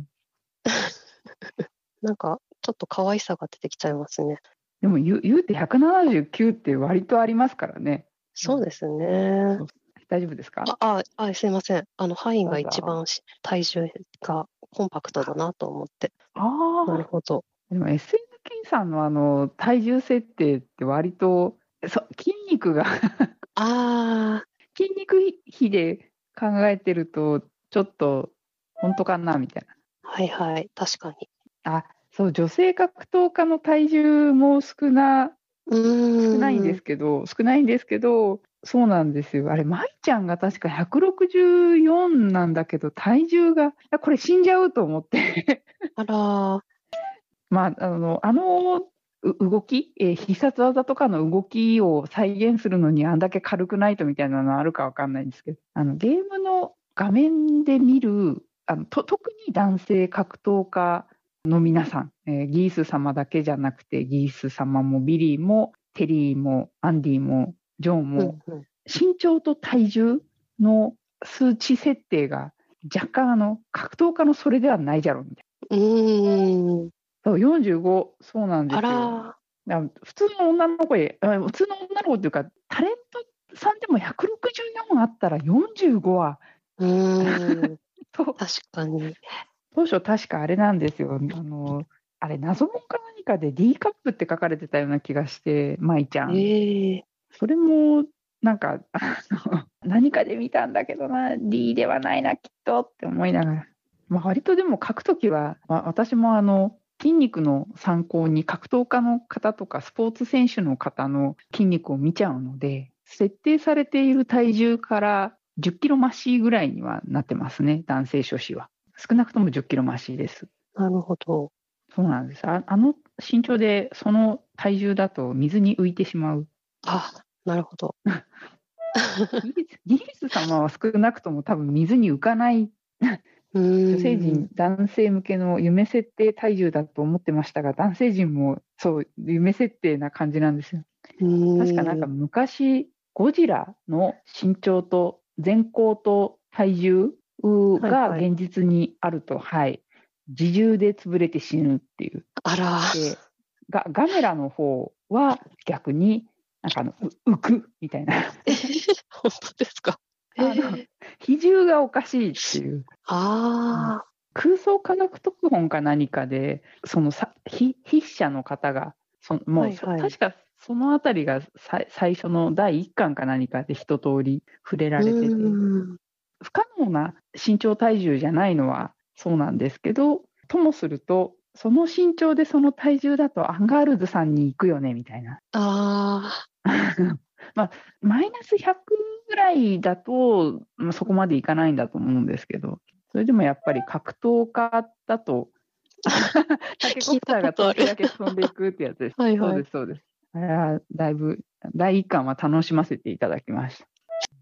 なんかちょっと可愛さが出てきちゃいますね。 でも言う言うてひゃくななじゅうきゅうって割とありますからね。 そうですね。 大丈夫ですか？ あ、あ、あ、すいません。あの、ハインがどうぞ。 一番し体重がコンパクトだなと思って。 ああ、 なるほど。 でも エスエヌケー さんのあの体重設定って割とそ筋肉がああ、 筋肉比で考えてるとちょっと本当かなみたいな。 はいはい。確かに。 あ、そう、女性格闘家の体重も少なう少ないんでーん。 すけど少ないんですけど、そうなんですよ。あれ、舞ちゃんが確かひゃくろくじゅうよんなんだけど、体重が、いやこれ死んじゃうと思ってあら、 まあ、あの、あのう動き、えー必殺技とかの動きを再現するのにあんだけ軽くないとみたいなのあるかわかんないんですけど、あのゲームの画面で見るあのと特に男性格闘家の皆さん、えーギース様だけじゃなくてギース様もビリーもテリーもアンディもジョーうんもうん。 身長と体重の数値設定が若干あの格闘家のそれではないじゃろみたいな。 うーん。 そうよんじゅうご、そうなんであすよ。 ら、 だから普通の女の子へ、あ普通の女の子っていうか、タレントさんでもひゃくろくじゅうよんあったらよんじゅうごは、 うーん。 と確かに。 当初確かあれなんですよ。あの、あれ、謎本か何かで D カップって書かれてたような気がして、舞ちゃん。 ええそれも、なんか、あの何かで見たんだけどな、D ではないな、きっとって思いながら。まあ、割とでも書くときは、まあ、私もあの、筋肉の参考に格闘家の方とかスポーツ選手の方の筋肉を見ちゃうので、設定されている体重からじゅっキロ増しぐらいにはなってますね、男性諸子は。少なくともじゅっキロ増しです。 なるほど。 そうなんです。あ、あの身長でその体重だと水に浮いてしまう。 あ、なるほど。 ギリスギリス様は少なくとも多分水に浮かないう女性ーん。 陣、男性向けの夢設定体重だと思ってましたが、男性陣もそう夢設定な感じなんですよ。 う確かなんかーん。 昔ゴジラの身長と全高と体重がはいはい。 現実にあると、はい、自重で潰れて死ぬっていう。 あら、 でガガメラの方は逆になんかあのう浮くみたいなえ本当ですか。えあのえ比重がおかしいっていう。 ああ、 空想科学特本か何かでそのさ筆者の方がそもうはいはい。 確かそのあたりがさ最初のだいいっかんか何かで一通り触れらうれてて、 ーん。 不可能な身長体重じゃないのはそうなんですけど、ともするとその身長でその体重だとアンガールズさんに行くよねみたいな。 あまあ、マイナスひゃくぐらいだと、まあ、そこまでいかないんだと思うんですけど、それでもやっぱり格闘家だと、タあ、聞いたケコプターことある。 が時だけ飛んでいくってやつです。 はいはい。 そうです、そうです。あれはだいぶ、だいいっかんは楽しませていただきました。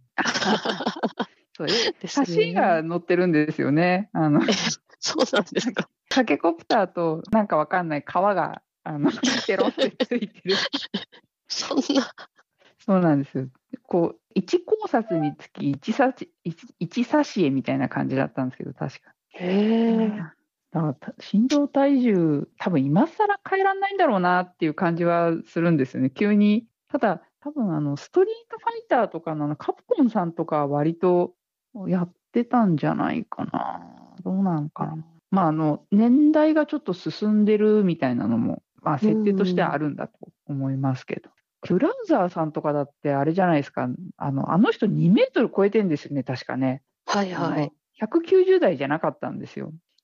そうえです橋がね。 乗ってるんですよね。あのえ、そうなんですか。 タケコプターとなんかわかんない川があのペロってついてる。 そんな。 そうなんですよ。こういち考察につきいちさしいちいち挿絵みたいな感じだったんですけど確か。 へえ。 だからた身長体重多分今更変えられないんだろうなっていう感じはするんですよね。急にただ多分あのストリートファイターとかのあのカプコンさんとかは割とやってたんじゃないかな。どうなんかな。まああの年代がちょっと進んでるみたいなのも、まあ、 う設定としてはん。 あるんだと思いますけど。クラウザーさんとかだってあれじゃないですか。あのあの人にメートル超えてんですよね確かね。 はいあのはい。 ひゃくきゅうじゅう代じゃなかったんですよ。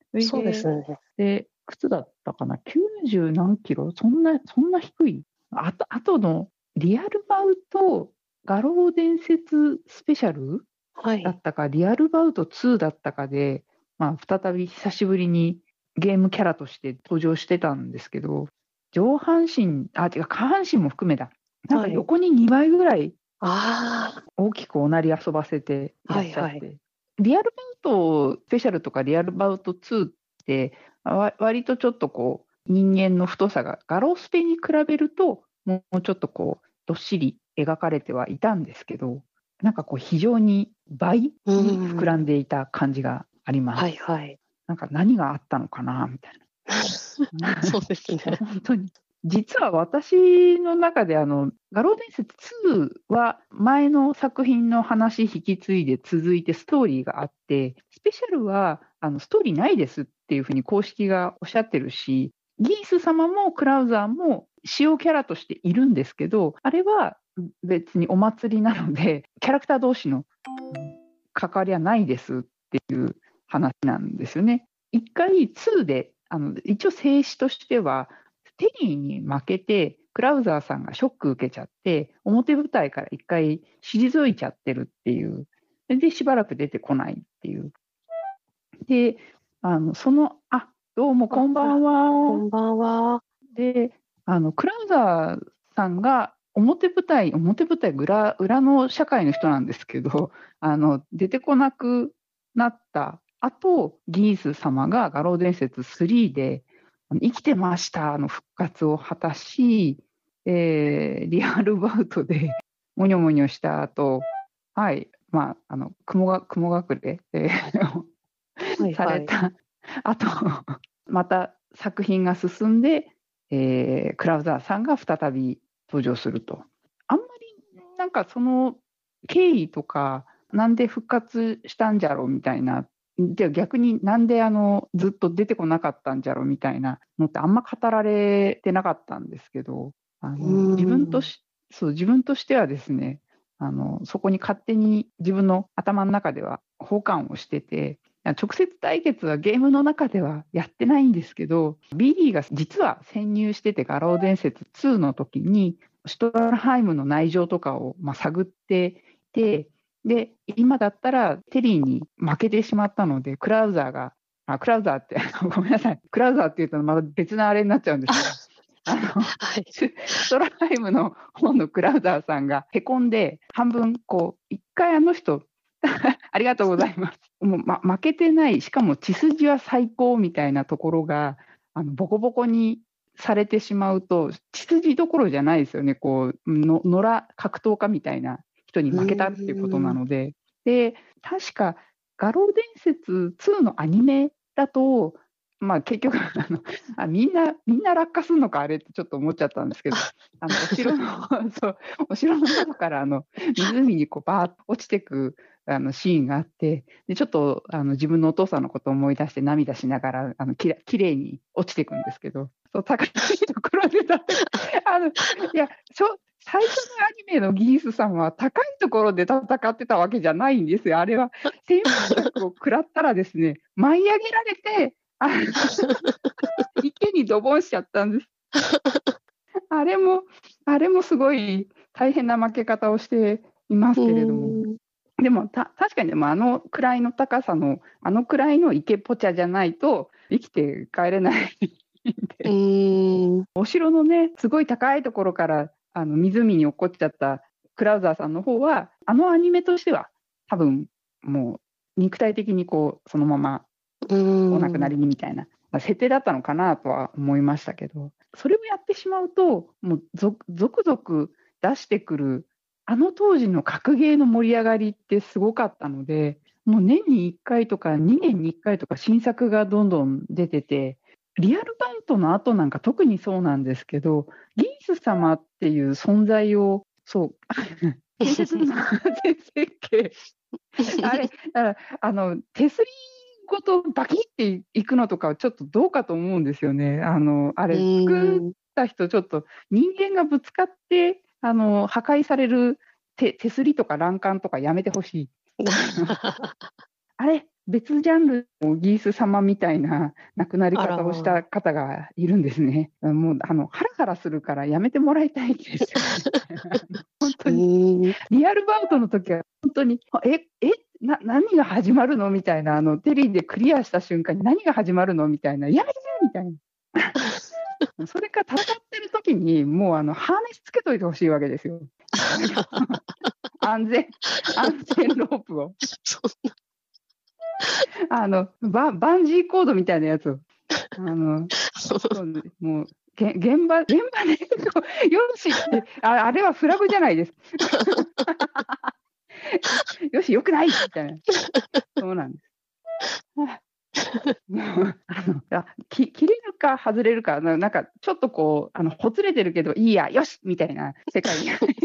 そうですね。 で、靴だったかな、きゅうじゅう何キロ、そんな、そんな低い。あと、あとのリアルバウト、画廊伝説スペシャルはだっい。 たか、リアルバウトツーだったかで、まあ、再び久しぶりにゲームキャラとして登場してたんですけど、上半身、あ、違う、下半身も含めだ。なんかはい。 横ににばいぐらいあ大きくおなり遊ばせていあ、 らっしゃって、 はいはい。 リアルバウトスペシャルとかリアルバウトツーってわ割とちょっとこう人間の太さがガロスペに比べるともうちょっとこうどっしり描かれてはいたんですけど、なんかこう非常に倍に膨らんでいた感じがあります。 はいはい。 なんか何があったのかなみたいな。 そうですね。 本当に。実は私の中であの画廊伝説ツーは前の作品の話引き継いで続いてストーリーがあって、スペシャルはあのストーリーないですっていうふうに公式がおっしゃってるし、ギース様もクラウザーも主要キャラとしているんですけど、あれは別にお祭りなのでキャラクター同士の関わりはないですっていう話なんですよね。一回ツーであの一応静止としてはテリーに負けてクラウザーさんがショック受けちゃって表舞台から一回退いちゃってるっていう。でしばらく出てこないっていう。であのそのあどうもこんばんは。 こんばんは。 であのクラウザーさんが表舞台表舞台裏裏の社会の人なんですけど、あの出てこなくなった後、ギース様が画廊伝説スリーで生きてましたの復活を果たし、えーリアルバウトでもにょもにょした後、はい、まあ、あの雲が雲隠れ、えーはいさはい。 れた後、また作品が進んで、えークラウザーさんが再び登場すると。あんまりなんかその経緯とか、なんで復活したんじゃろうみたいな、で逆になんであのずっと出てこなかったんじゃろうみたいなのってあんま語られてなかったんですけど、あの自分としそう自分としてはですね、あのそこに勝手に自分の頭の中では保管をしてて、直接対決はゲームの中ではやってないんですけど、ビリーが実は潜入してて、画廊伝説ツーの時に、シュトラルハイムの内情とかをまあ探っていて、で、今だったらテリーに負けてしまったので、クラウザーが、あクラウザーって、ごめんなさい、クラウザーって言うとまた別なあれになっちゃうんですけど、あの、 はい。 シュシュトラルハイムの方のクラウザーさんがへこんで、半分こう、一回あの人、ありがとうございます。もう、ま、負けてない、しかも血筋は最高みたいなところが、あのボコボコにされてしまうと、血筋どころじゃないですよね、こうの野良格闘家みたいな人に負けたっていうことなので、で確か、画廊伝説ツーのアニメだと、まあ、結局あのあみんな、みんな落下するのか、あれってちょっと思っちゃったんですけど、あのお城のそうお城の中からあの湖にこうバーッと落ちてくあのシーンがあって、でちょっとあの自分のお父さんのことを思い出して涙しながらあのきれきれいに落ちていくんですけど、そう高いところであのいやしょ最初のアニメのギースさんは高いところで戦ってたわけじゃないんですよ。あれは天守閣を食らったらですね、舞い上げられて、あの池にドボンしちゃったんです。あれも、あれもすごい大変な負け方をしていますけれども。でもた確かにでもあのくらいの高さのあのくらいの池ポチャじゃないと生きて帰れないんで、お城のねすごい高いところからあの湖に落っこっちゃったクラウザーさんの方はあのアニメとしては多分もう肉体的にこうそのままお亡くなりにみたいな設定だったのかなとは思いましたけど、それをやってしまうともうぞ続々出してくるあの当時の格ゲーの盛り上がりってすごかったので、もう年にいっかいとかにねんにいっかいとか新作がどんどん出てて、リアルバウトの後なんか特にそうなんですけど、ギース様っていう存在を、そう建設の全設計あれだからあの手すりごとバキっていくのとかはちょっとどうかと思うんですよね。あのあれ作った人ちょっと人間がぶつかってあの破壊される 手, 手すりとか欄干とかやめてほしい。あれ別ジャンルのギース様みたいな亡くなり方をした方がいるんですね。もうあのハラハラするからやめてもらいたいですよ。本当にリアルバウトの時は本当にええな何が始まるのみたいな、あのテリーでクリアした瞬間に何が始まるのみたいな、やめてみたいな。それか戦ってる時にもうあのハーネスつけといてほしいわけですよ。安全安全ロープを。 そんなあのババンジーコードみたいなやつを。あのそうもうげ現場現場でよしってああれはフラグじゃないです。よしよくないみたいな。そうなんです。もうあのあき切れるか外れるかな、なんかちょっとこうあのほつれてるけどいいやよしみたいな世界に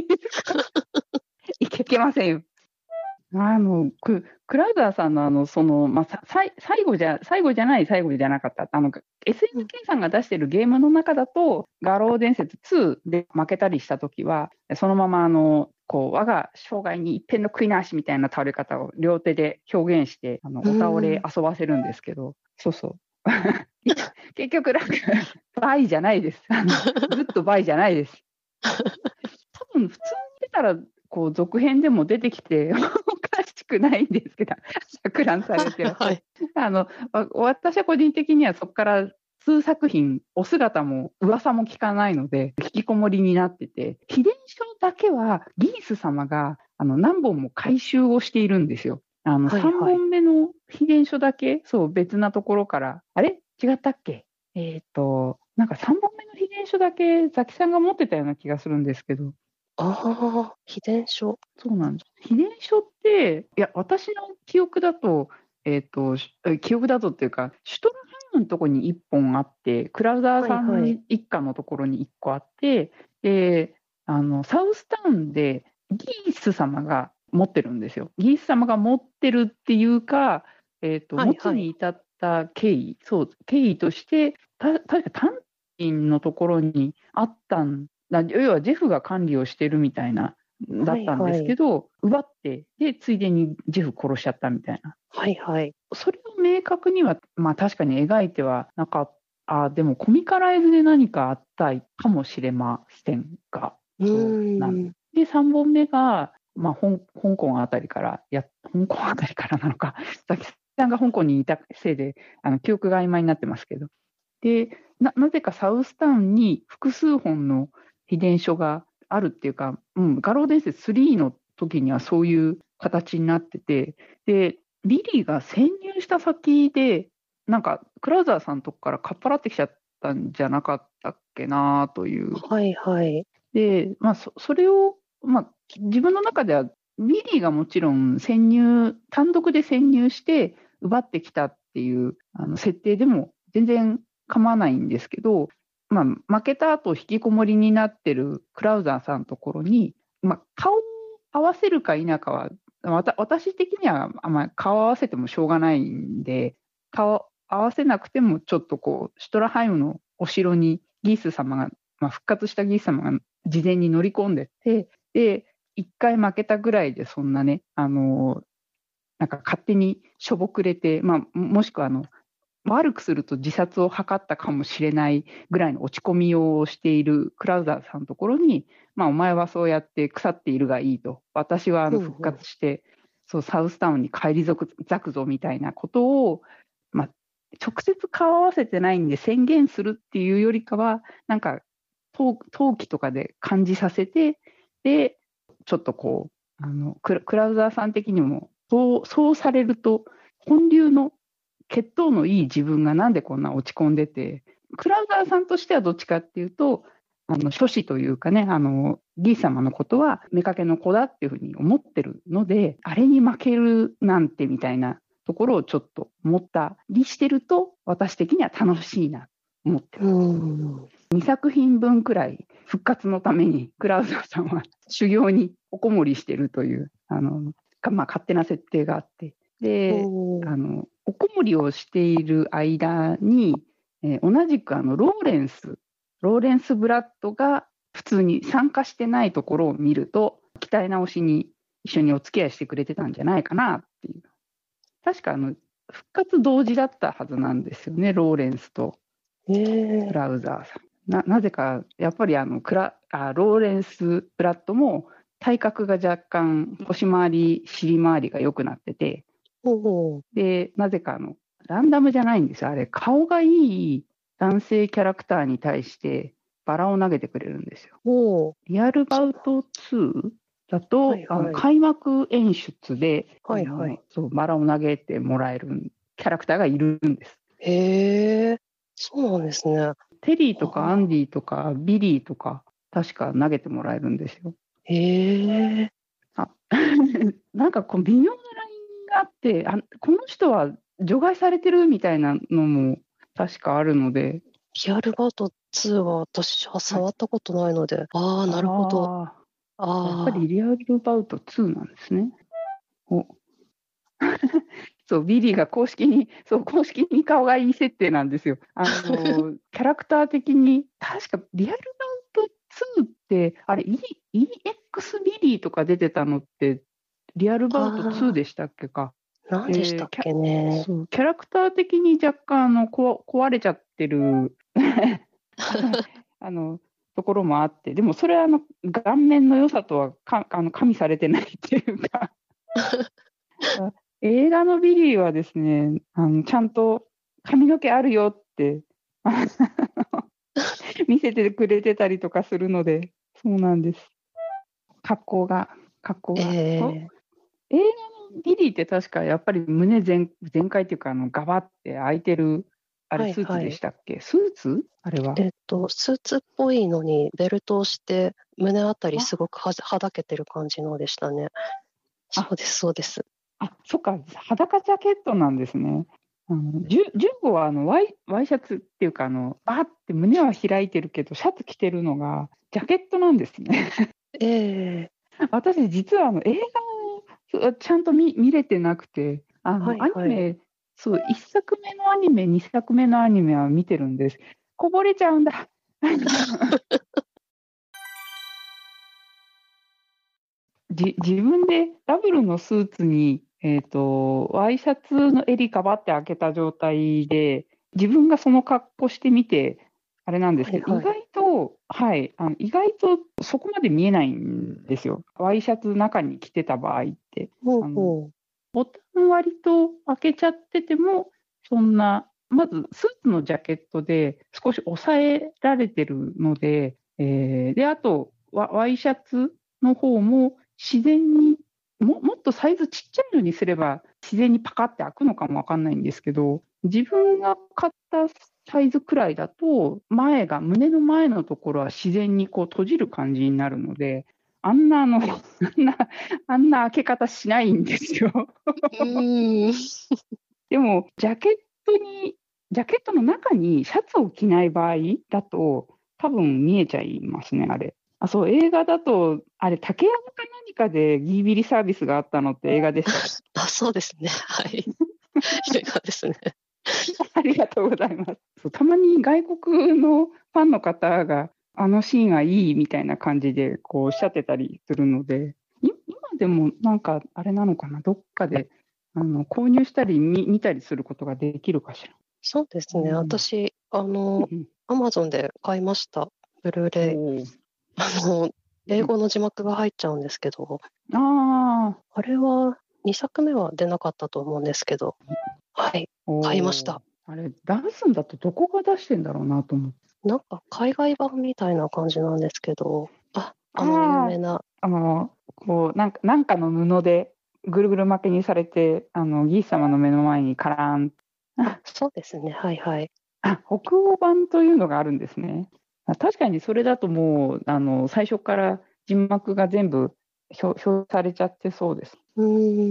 いけいけませんよ。あのククラウザーさんのあのその、まあ、ささい最後じゃ最後じゃない最後じゃなかったあの エスエヌケー さんが出してるゲームの中だと画廊伝説ツーで負けたりした時はそのままあのこう我が生涯に一片の悔いなしみたいな倒れ方を両手で表現してあのお倒れ遊ばせるんですけど、そうそう結局なんか倍じゃないです。あのずっと倍じゃないです。多分普通に出たらこう続編でも出てきておかしくないんですけど錯乱されてる、はい、あの私は個人的にはそこから数作品お姿も噂も聞かないので引きこもりになってて、秘伝書だけはギース様があの何本も回収をしているんですよ。あの、はいはい、さんぼんめの秘伝書だけそう別なところからあれ違ったっけえっとなんかさんぼんめの秘伝書だけザキさんが持ってたような気がするんですけど。 ああ、秘伝書。 そうなんです。秘伝書って、いや、私の記憶だと、えっと、記憶だとっていうか、シュトラハイムのところにいっぽんあって、クラウザーさん一家のところにいっこあって、はいはい、で、あの、サウスタウンでギース様が持ってるんですよ。ギース様が持ってるっていうか、えっと、はいはい、持つに至った経緯、そう、経緯として、た確か単品のところにあったんだ、要はジェフが管理をしてるみたいな、だったんですけど、はいはい、奪ってでついでにジェフ殺しちゃったみたいな、 はいはい、それを明確には、まあ、確かに描いてはなかった。でもコミカライズで何かあったかもしれませんが、そうなんでさんぼんめが、まあ、香, 香港あたりからや香港あたりからなのかさきさんが香港にいたせいであの記憶が曖昧になってますけど、で な, なぜかサウスタウンに複数本の秘伝書があるっていうか、うん、画廊伝説スリーの時にはそういう形になってて、でリリーが潜入した先でなんかクラウザーさんのとこからかっぱらってきちゃったんじゃなかったっけなという。 はいはい。 で、まあ、そ, それを、まあ、自分の中ではリリーがもちろん潜入単独で潜入して奪ってきたっていうあの設定でも全然構わないんですけど、まあ、負けた後引きこもりになってるクラウザーさんのところに、まあ、顔を合わせるか否かは私的にはあんまり顔合わせてもしょうがないんで、顔合わせなくてもちょっとこうシュトラハイムのお城にギース様が、まあ、復活したギース様が事前に乗り込んでってで一回負けたぐらいでそんなね、あのなんか勝手にしょぼくれて、まあ、もしくはあの悪くすると自殺を図ったかもしれないぐらいの落ち込みをしているクラウザーさんのところに、まあ、お前はそうやって腐っているがいいと、私はあの復活して、うんうん、そうサウスタウンに返り咲くぞみたいなことを、まあ、直接顔合わせてないんで宣言するっていうよりかはなんか陶器とかで感じさせて、でちょっとこうあのクラウザーさん的にもそうそうされると本流の血統のいい自分がなんでこんな落ち込んでて、クラウザーさんとしてはどっちかっていうとあの諸子というかね、あのギー様のことは妾の子だっていうふうに思ってるので、あれに負けるなんてみたいなところをちょっと思ったりしてると私的には楽しいなと思ってる。にさく品分くらい復活のためにクラウザーさんは修行におこもりしてるというあの、まあ、勝手な設定があって、であのおこもりをしている間に、えー、同じくあのローレンスローレンス・ブラッドが普通に参加してないところを見ると鍛え直しに一緒にお付き合いしてくれてたんじゃないかなっていう。確かあの復活同時だったはずなんですよね、ローレンスとクラウザーさん。な, なぜかやっぱりあのクラあローレンス・プラットも体格が若干腰回り尻回りが良くなってて、でなぜかあのランダムじゃないんですよ、あれ顔がいい男性キャラクターに対してバラを投げてくれるんですよ。リアルバウトツーだと、はいはい、あの開幕演出で、はいはい、そうバラを投げてもらえるキャラクターがいるんです。 へー、そうなんですね。 テリーとかアンディとかビリーとか確か投げてもらえるんですよ。 へー。 あなんかこう微妙なラインがあって、あこの人は除外されてるみたいなのも確かあるので。 リアルバウトツーは私は触ったことないので、はい、ああなるほど。 ああやっぱりリアルバウトツーなんですね。おそうビリーが公式にそう公式に顔がいい設定なんですよ。あのキャラクター的に確かリアルバウトツーってあれ イーエックス ビリーとか出てたのってリアルバウトツーでしたっけか。 何でしたっけね、 えー、そうキャラクター的に若干あのこ壊れちゃってるあのところもあって、でもそれはあの顔面の良さとはかあの加味されてないっていうか映画のビリーはですね、あのちゃんと髪の毛あるよって見せてくれてたりとかするので、そうなんです。格好が格好が、えー、映画のビリーって確かやっぱり胸全全開っていうかあのガバって開いてるあれスーツでしたっけ、はいはい、スーツあれはえっとスーツっぽいのにベルトをして胸あたりすごくははだけてる感じのでしたね。そうですそうです。 あ、そっか、裸ジャケットなんですね。あのジュジュンゴはあのワイワイシャツっていうかあのバーって胸は開いてるけどシャツ着てるのがジャケットなんですね。 えー、 私実はあの映画をちゃんと 見, 見れてなくて、あの、はいはい、アニメそういっさくめのアニメにさくめのアニメは見てるんです。こぼれちゃうんだ。じ自分でダブルのスーツに、えーと、ワイシャツの襟かばって開けた状態で自分がその格好してみてあれなんですけど、はいはい、意外と、はい、あの意外とそこまで見えないんですよ。ワイシャツ中に着てた場合って。 ほうほう、 ボタン割と開けちゃっててもそんな、まずスーツのジャケットで少し抑えられてるので、えー、であとワイシャツの方も自然に も, もっとサイズちっちゃいのにすれば自然にパカって開くのかもわかんないんですけど、自分が買ったサイズくらいだと前が胸の前のところは自然にこう閉じる感じになるので、あんなあのあんなあんな開け方しないんですよ。 うんでもジャケットにジャケットの中にシャツを着ない場合だと多分見えちゃいますね、あれ。あ、そう、映画だと、あれ、竹やぶか何かでギリビリサービスがあったのって映画でした。あ、そうですね。はい。映画ですね。 ありがとうございます。そう、たまに外国のファンの方が、あのシーンはいいみたいな感じでこうおっしゃってたりするので、今でもなんかあれなのかな、どっかであの購入したり見、見たりすることができるかしら。 そうですね。うん、私、あの、アマゾンで買いました。ブルーレイ。あの、英語の字幕が入っちゃうんですけど、 うん、ああれはにさくめは出なかったと思うんですけど、はい、買いました。 あれ、ダンスンだとどこが出してんだろうなと思って。 なんか海外版みたいな感じなんですけど、あ、あの有名な。 あの、こう、なんか、なんかの布でぐるぐる巻きにされて、あの、ギース様の目の前にカラーン。 あ、そうですね。はいはい。 あ、北欧版というのがあるんですね。確かにそれだともう、あの、最初から字幕が全部表示されちゃってそうです。 うん。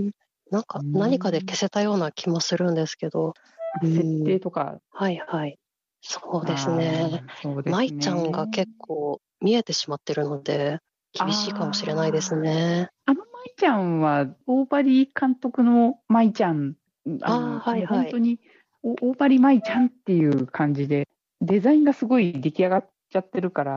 なんか何かで消せたような気もするんですけど。 設定とか。 はいはい。そうですね。そうですね。舞ちゃんが結構見えてしまってるので、厳しいかもしれないですね。 あの舞ちゃんは、大張監督の舞ちゃん、 あのあ、はいはい、 本当に大張舞ちゃんっていう感じで、デザインがすごい出来上がっちゃってるから、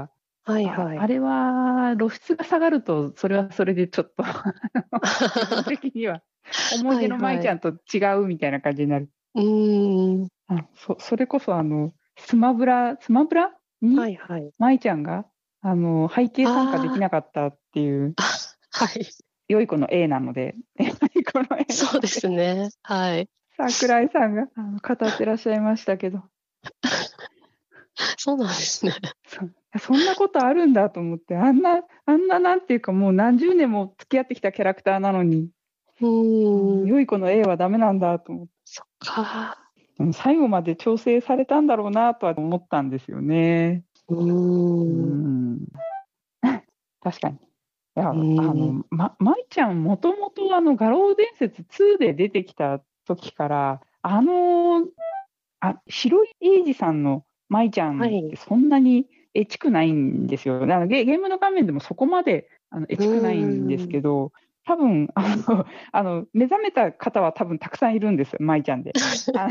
はいはい。 あ、あれは露出が下がると、それはそれでちょっと自分的には思い出の舞はいはい。 ちゃんと違うみたいな感じになる。 うーん。 あ、そそれこそあのスマブラスマブラにはいはい。 舞ちゃんがあの背景参加できあなかったっていう、 あ、はい。 良い子の A なので、良い子の A なそうでので、 すね。はい。 桜井さんがあの語ってらっしゃいましたけど、 そうなんですね。 そそんなことあるんだと思って、あんなあんななんていうか、もう何十年も付き合ってきたキャラクターなのに、 ううん、 ーん。 良い子の A はダメなんだと思って、 そっか。 うん、最後まで調整されたんだろうなとは思ったんですよね。 ううーん。 ん、確かに。いや、 うーん。 あの、ま舞ちゃんもともとあの画廊伝説ツーで出てきた時から、あの、あ、白井英二さんの舞ちゃんってはい。 そんなにエチくないんですよ。あのゲゲームの画面でもそこまであのエうチくないんですーん。 けど、多分あのあの目覚めた方は多分たくさんいるんですよ、舞ちゃんで。あの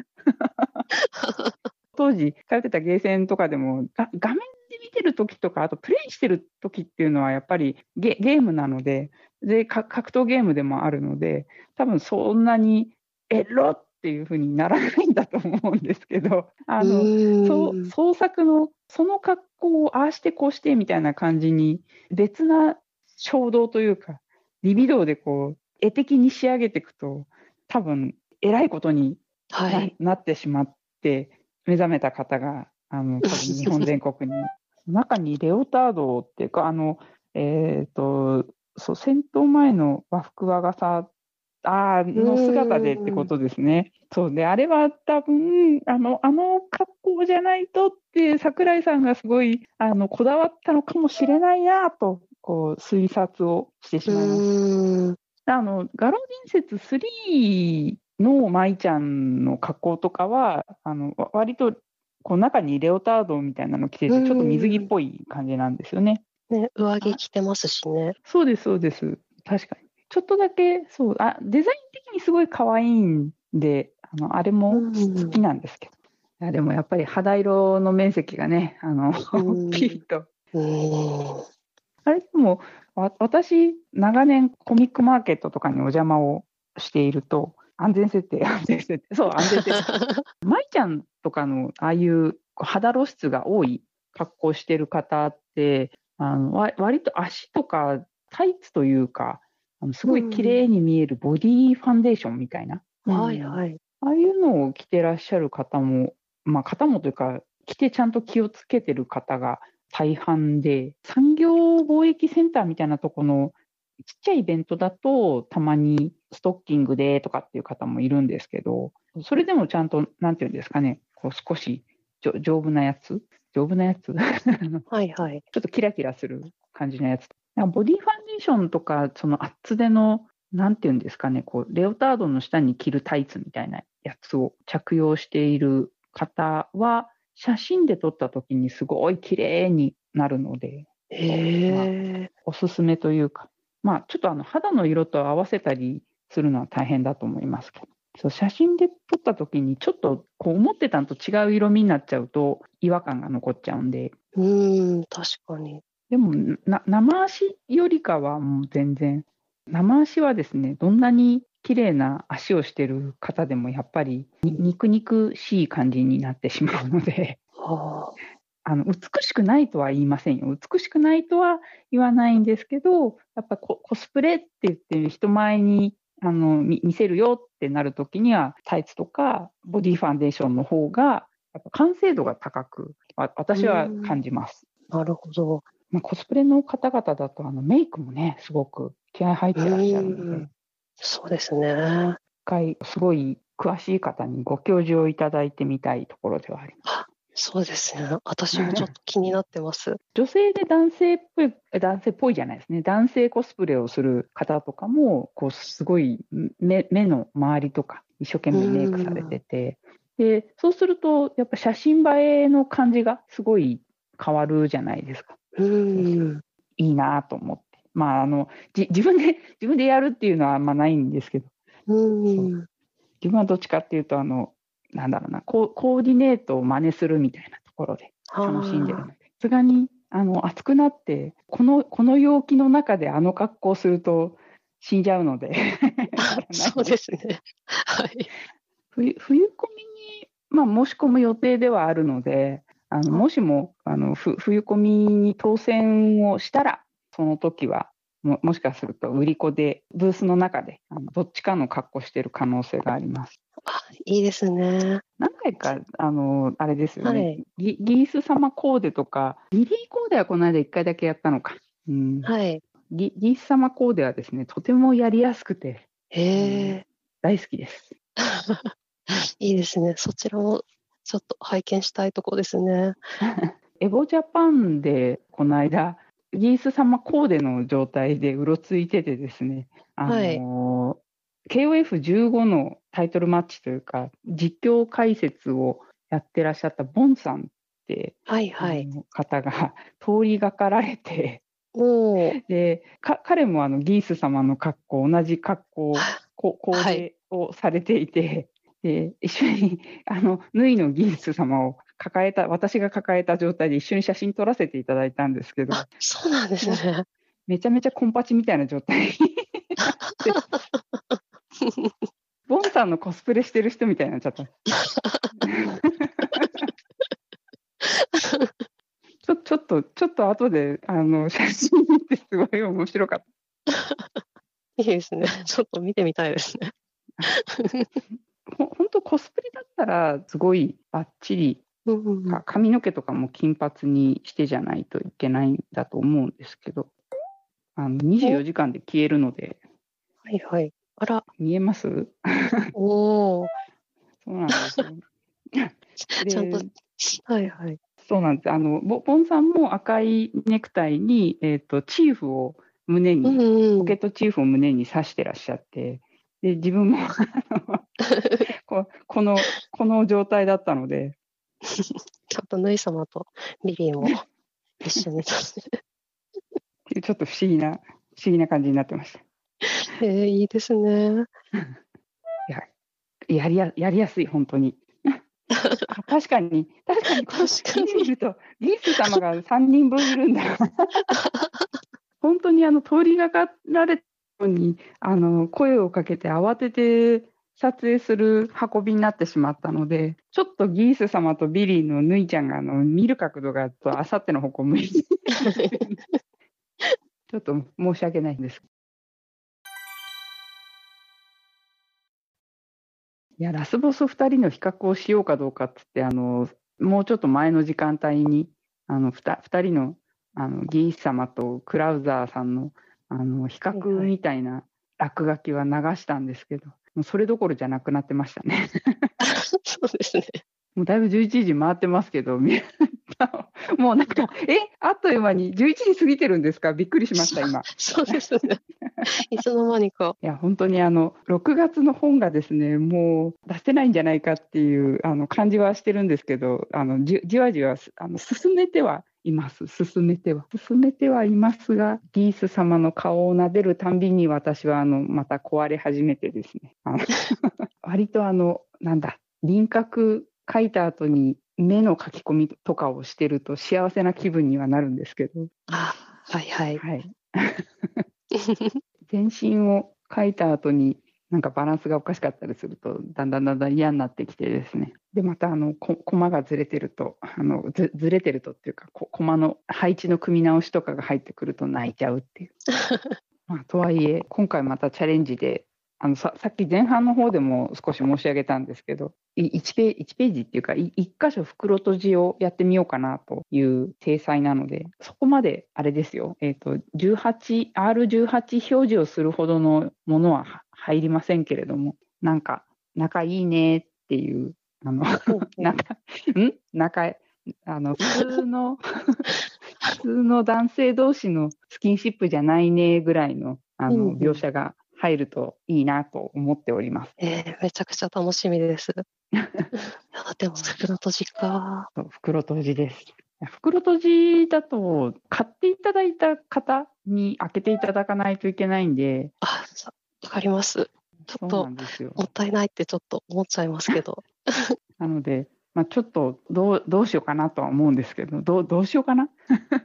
当時通ってたゲーセンとかでも、が画面で見てる時とか、あとプレイしてる時っていうのはやっぱりゲゲームなので、で、か格闘ゲームでもあるので、多分そんなにエロっていう風にならないんだと思うんですけど、あうの、そうーん。 創作のその格好をああしてこうしてみたいな感じに、別な衝動というか、リビドーでこう絵的に仕上げていくと、多分えらいことになはい。 なってしまって、目覚めた方が、あの、多分日本全国に。中にレオタードっていうか、あの、えっと、そう、戦闘前の和服和傘、あうの姿でってーん。 ことですね。そうで、あれは多分、あの、あの格好じゃないとって桜井さんがすごい、あの、こだわったのかもしれないなと、こう、推察をしてしうまいます。 ーん。 あの、画廊伝説スリーの舞ちゃんの格好とかは、あの、わ割と、こう中にレオタードみたいなの着てうて、ちょっと水着っーん。 ぽい感じなんですよね。 ね、上着あ、 着てますしね。 そうですそうです。確かに。ちょっとだけ、そう、あ、デザイン的にすごい可愛いんで、あの、あれうも好きーん。 なんですけど。いや、でもやっぱり肌色の面積がね、あの、 うピーん。 リッと。 うーん。 あれでも、わ私、長年コミックマーケットとかにお邪魔をしていると、安全設定、安全設定、そう、安全設定。舞ちゃんとかのああいう肌露出が多い格好してる方って、あのわ割と足とかタイツというか、あのすうごい綺ん。 麗に見えるボディファンデーションみたいな、うん、 はいはい。 ああいうのを着てらっしゃる方も、まあ、方もというか、着てちゃんと気をつけてる方が大半で、産業貿易センターみたいなところのちっちゃいイベントだと、たまにストッキングでとかっていう方もいるんですけど、それでもちゃんと、なんていうんですかね、こう少しじょ丈夫なやつ丈夫なやつあのちはいはい。 ょっとキラキラする感じのやつ。なんかボディファンデーションとか、その厚手の、なんていうんですかね、こう、レオタードの下に着るタイツみたいなやつを着用している方は、写真で撮った時にすごい綺麗になるので、 へまあ、 え。 おすすめというか、まあ、ちょっとあの肌の色と合わせたりするのは大変だと思いますけど、そう写真で撮った時にちょっとこう思ってたのと違う色味になっちゃうと違和感が残っちゃうんで、 うーん、確かに。 でもな生足よりかはもう全然、生足はですね、どんなに綺麗な足をしてる方でもやっぱりに肉肉しい感じになってしまうので、 はあ。 あの美しくないとは言いませんよ。美しくないとは言わないんですけど、やっぱココスプレって言って人前にあの見見せるよってなるときには、タイツとかボディファンデーションの方が、やっぱ完成度が高く、わうー私は感ん、 じます。 なるほど。 まあ、コスプレの方々だとあのメイクもね、すごく気合入っうてらっしゃるのーん、 で、 そうですね。 一回すごい詳しい方にご教授をいただいてみたいところではあります。 あ、そうですね。私もちょっと気になってます。 女性で男性っぽい、男性っぽいじゃないですね。男性コスプレをする方とかも、こう、すごい目目の周りとか、一生懸う命メイクされーん、 てて、で、そうすると、やっぱ写真映えの感じがすごい変わるじゃないですか。 うーん、 いいなと思って。まあ、あの、じ自分で、自分でやるっていうのはあんまないんですけど、 うそう。 ーん、 自分はどっちかっていうと、あの、なんだろうな、ココーディネートを真似するみたいなところで楽しんでるああ、 ので、さすがにあの暑くなってこの、この陽気の中であの格好すると死んじゃうのでそうですね。はい。 冬、冬込みに、まあ、申し込む予定ではあるので、あのもしもあのふ冬込みに当選をしたら、その時はももしかすると売り子でブースの中であのどっちかの格好している可能性があります。 あ、いいですね。 何回かあのあれですよね、 はい。 ギギース様コーデとか、リリーコーデはこの間いっかいだけやったのか、うん、 はい。 ギギース様コーデはですね、とてもやりやすくて、 へえ、 うん、大好きです。 いいですね。そちらもちょっと拝見したいとこですね。 エボジャパンでこの間、ギース様コーデの状態でうろついててですね、あはい。 の ケーオーエフじゅうご のタイトルマッチというか、実況解説をやってらっしゃったボンさんってはいあはい。 の方が通りがかられて、 おお。 でか彼もあのギース様の格好、同じ格好、こコーはい。 デをされていて、で一緒にあの縫いのギース様を抱えた、私が抱えた状態で一緒に写真撮らせていただいたんですけど、 あ、そうなんですもうね。 めちゃめちゃコンパチみたいな状態になって、ボンさんのコスプレしてる人みたいになっちゃった。ちょちょっと、ちょっと後であの写真見て、すごい面白かった。 いいですね。ちょっと見てみたいですね。 ほ本当コスプレだったらすごいバッチリ、 うんうんうん。 か髪の毛とかも金髪にしてじゃないといけないんだと思うんですけど、あのにじゅうよじかんで消えるので。 はいはい。あら。 見えます？ おお。 そうなんですよ。 ちゃんと、 で、 はいはい。 そうなんです。あのボボンさんも赤いネクタイに、えーと、チーフを胸うんに、 うん。 ポケットチーフを胸に刺してらっしゃって、で自分もあのここのこの状態だったので、 ちゃんとヌイ様とリリーも一緒に。 ちょっと不思議な不思議な感じになってました。 えー、いいですね。 いや、やりややりやすい本当に。あ、確かに確かにこう確かに。 見てみるとギース様がさんにんぶんいるんだ。本当にあの通りがかられたのにあの声をかけて慌てて撮影する運びになってしまったので、ちょっとギース様とビリーのぬいちゃんがあの見る角度があさっての方向向いてちょっと申し訳ないんです。いや、ラスボスふたりの比較をしようかどうかっつって、あのもうちょっと前の時間帯にあの 2, 2人のあのギース様とクラウザーさんのあの比較みたいな落書きは流したんですけど、もうそれどころじゃなくなってましたね。 そうですね。 もうだいぶじゅういちじ回ってますけど、もうなんか、え、あっという間にじゅういちじ過ぎてるんですか？びっくりしました、今。 そうですね。いつの間にか。 いや、本当にあのろくがつの本がですね、もう出せないんじゃないかっていうあの感じはしてるんですけど、あのじじわじわあの進めてはいます、進めては。進めてはいますが、ギース様の顔を撫でるたんびに私はあのまた壊れ始めてですね、あの割とあの、なんだ、輪郭描いた後に目の描き込みとかをしてると幸せな気分にはなるんですけど。 あ、はいはい。 はい。全身を描いた後になんかバランスがおかしかったりするとだんだんだんだん嫌になってきてですね、でまたあのこコマがずれてるとあのずずれてるとっていうかこコマの配置の組み直しとかが入ってくると泣いちゃうっていう。まあ、とはいえ今回またチャレンジであの さ, さっき前半の方でも少し申し上げたんですけど、いちページ、いちページっていうかいっ箇所袋閉じをやってみようかなという体裁なので、そこまであれですよ、えーと じゅうはちアールじゅうはち 表示をするほどのものは入りませんけれども、なんか仲いいねっていうあの仲ん仲あの普通の普通の男性同士のスキンシップじゃないねぐらいのあの描写が入るといいなと思っております。 えー、めちゃくちゃ楽しみです。でも袋閉じか。 袋閉じです。袋閉じだと買っていただいた方に開けていただかないといけないんで。 あ、わかります。ちょっともったいないってちょっと思っちゃいますけど。 なので、まあ、ちょっとどうどうしようかなとは思うんですけど、どうどうしようかな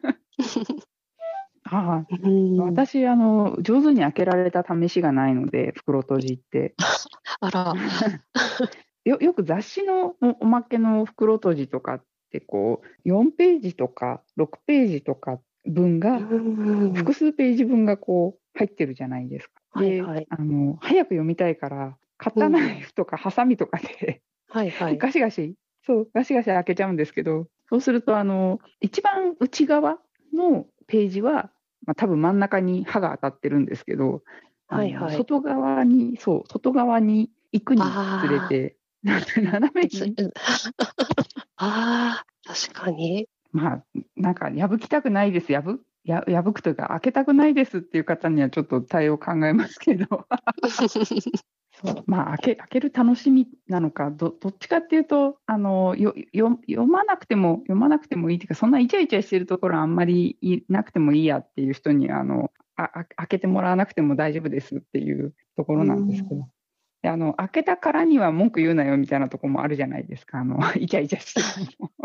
ああ、 うん、 私あの上手に開けられた試しがないので、袋閉じって。 あら。 よよく雑誌のおおまけの袋閉じとかってこうよんページとかろくページとか分が、 うん、 複数ページ分がこう入ってるじゃないですか。で、 はいはい。 あの早く読みたいからカッターナイフとかハサミとかで、 はいはい。 ガシガシそうガシガシ開けちゃうんですけど、そうするとあの一番内側のページは、まあ、多分真ん中に刃が当たってるんですけど、あのはいはい。 外側にそう外側に行くにつれあて斜めあ、つに、 ああ、確かに。 まあ、なんか破きたくないです、破や破くというか、開けたくないですっていう方にはちょっと対応考えますけど、そうまあ開け、開ける楽しみなのか、どどっちかっていうと、あのよよ読まなくても、読まなくてもいいというか、そんなイチャイチャしてるところあんまりいなくてもいいやっていう人にあのああ、開けてもらわなくても大丈夫ですっていうところうなんですけん。 ど。であの開けたからには文句言うなよみたいなところもあるじゃないですか、あのイチャイチャしてても。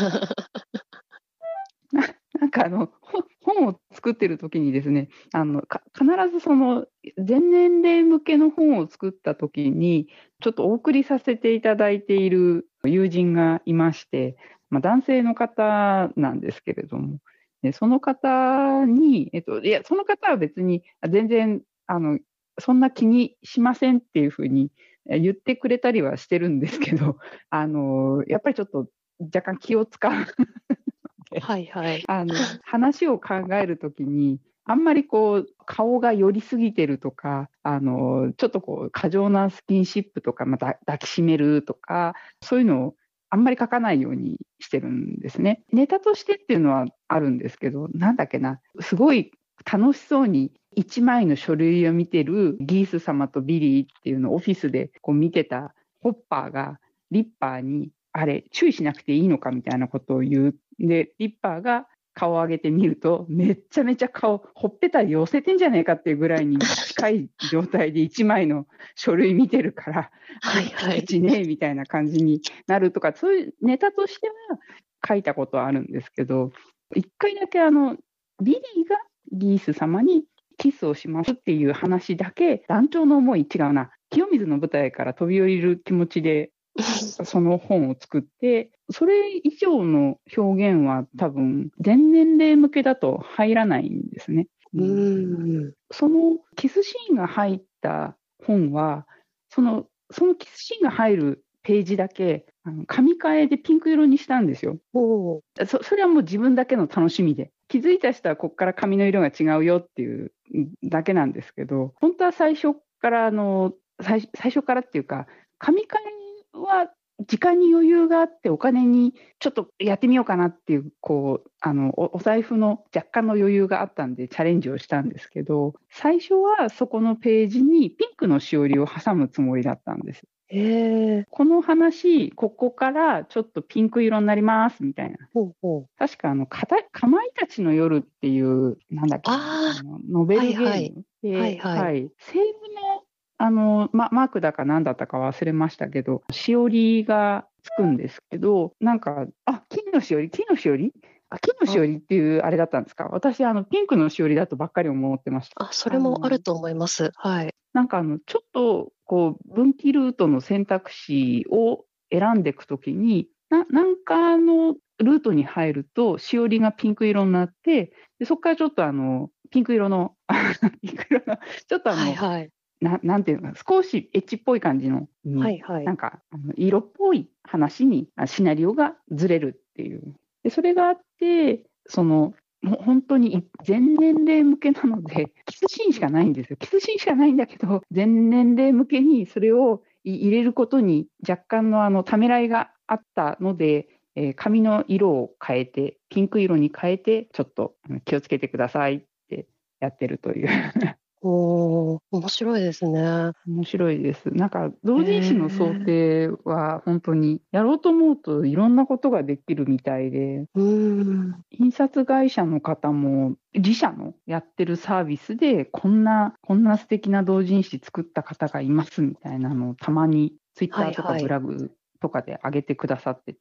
ななんかあの本を作ってる時にですね、あのか必ずその全年齢向けの本を作った時にちょっとお送りさせていただいている友人がいまして、まあ、男性の方なんですけれども、でその方に、えっと、いやその方は別に全然あのそんな気にしませんっていうふうに言ってくれたりはしてるんですけど、あのやっぱりちょっと若干気を使うはいはい。 あの話を考えるときに、あんまりこう顔が寄りすぎてるとか、あのちょっとこう過剰なスキンシップとか、また抱きしめるとか、そういうのをあんまり書かないようにしてるんですね。ネタとしてっていうのはあるんですけど、なんだっけな、すごい楽しそうに一枚の書類を見てるギース様とビリーっていうのをオフィスでこう見てたホッパーがリッパーに、あれ注意しなくていいのかみたいなことを言う。でリッパーが顔を上げてみると、めっちゃめちゃ顔ほっぺた寄せてんじゃねえかっていうぐらいに近い状態で一枚の書類見てるから、 はいはい。 口ねえみたいな感じになるとか、そういうネタとしては書いたことはあるんですけど、一回だけあのビリーがギース様にキスをしますっていう話だけ、団長の思い違うな、清水の舞台から飛び降りる気持ちでその本を作って、それ以上の表現は多分全年齢向けだと入らないんですね。 うん。 そのキスシーンが入った本は、そのそのキスシーンが入るページだけあの紙替えでピンク色にしたんですよ。 おそそれはもう自分だけの楽しみで、気づいた人はここから紙の色が違うよっていうだけなんですけど、本当は最初からあの最最初からっていうか、紙替えは時間に余裕があってお金にちょっとやってみようかなっていうこうあの お, お財布の若干の余裕があったんでチャレンジをしたんですけど、最初はそこのページにピンクのしおりを挟むつもりだったんです。 えー、 この話ここからちょっとピンク色になりますみたいな。 ほうほう。 確かあのかたかまいたちの夜っていうなんだっけな、 ああのノあ、 ベルゲーム、 はいはい。はいで、 はい。 はい、西武のあの、ま、マークだか何だったか忘れましたけど、しおりがつくんですけど、なんか、あ、金のしおり、金のしおりあ、金のしあ、 おりっていうあれだったんですか。私、あの、ピンクのしおりだとばっかり思ってました。 あ、それあの、 もあると思います。はい。 なんかあの、ちょっと、こう、分岐ルートの選択肢を選んでいくときに、な、なんかのルートに入ると、しおりがピンク色になって、でそこからちょっとあの、ピンク色の、ピンク色の、ちょっとあの、 はいはい。 ななんていうのか、少しエッチっぽい感じのに、 はいはい。 なんか、あの色っぽい話に、あシナリオがずれるっていう。で、それがあって、その、もう本当に全年齢向けなので、キスシーンしかないんですよ。キスシーンしかないんだけど、全年齢向けにそれを入れることに若干のあのためらいがあったので、えー髪の色を変えて、ピンク色に変えて、ちょっとあの気をつけてくださいってやってるという。 おー、面白いですね。 面白いです。なんか同え人誌の想ー、 定は本当にやろうと思うといろんなことができるみたいで、 うーん。 印刷会社の方も自社のやってるサービスでこんなこんな素敵な同人誌作った方がいますみたいなのをたまにツイッターとかはいはい。 ブログとかで上げてくださってて、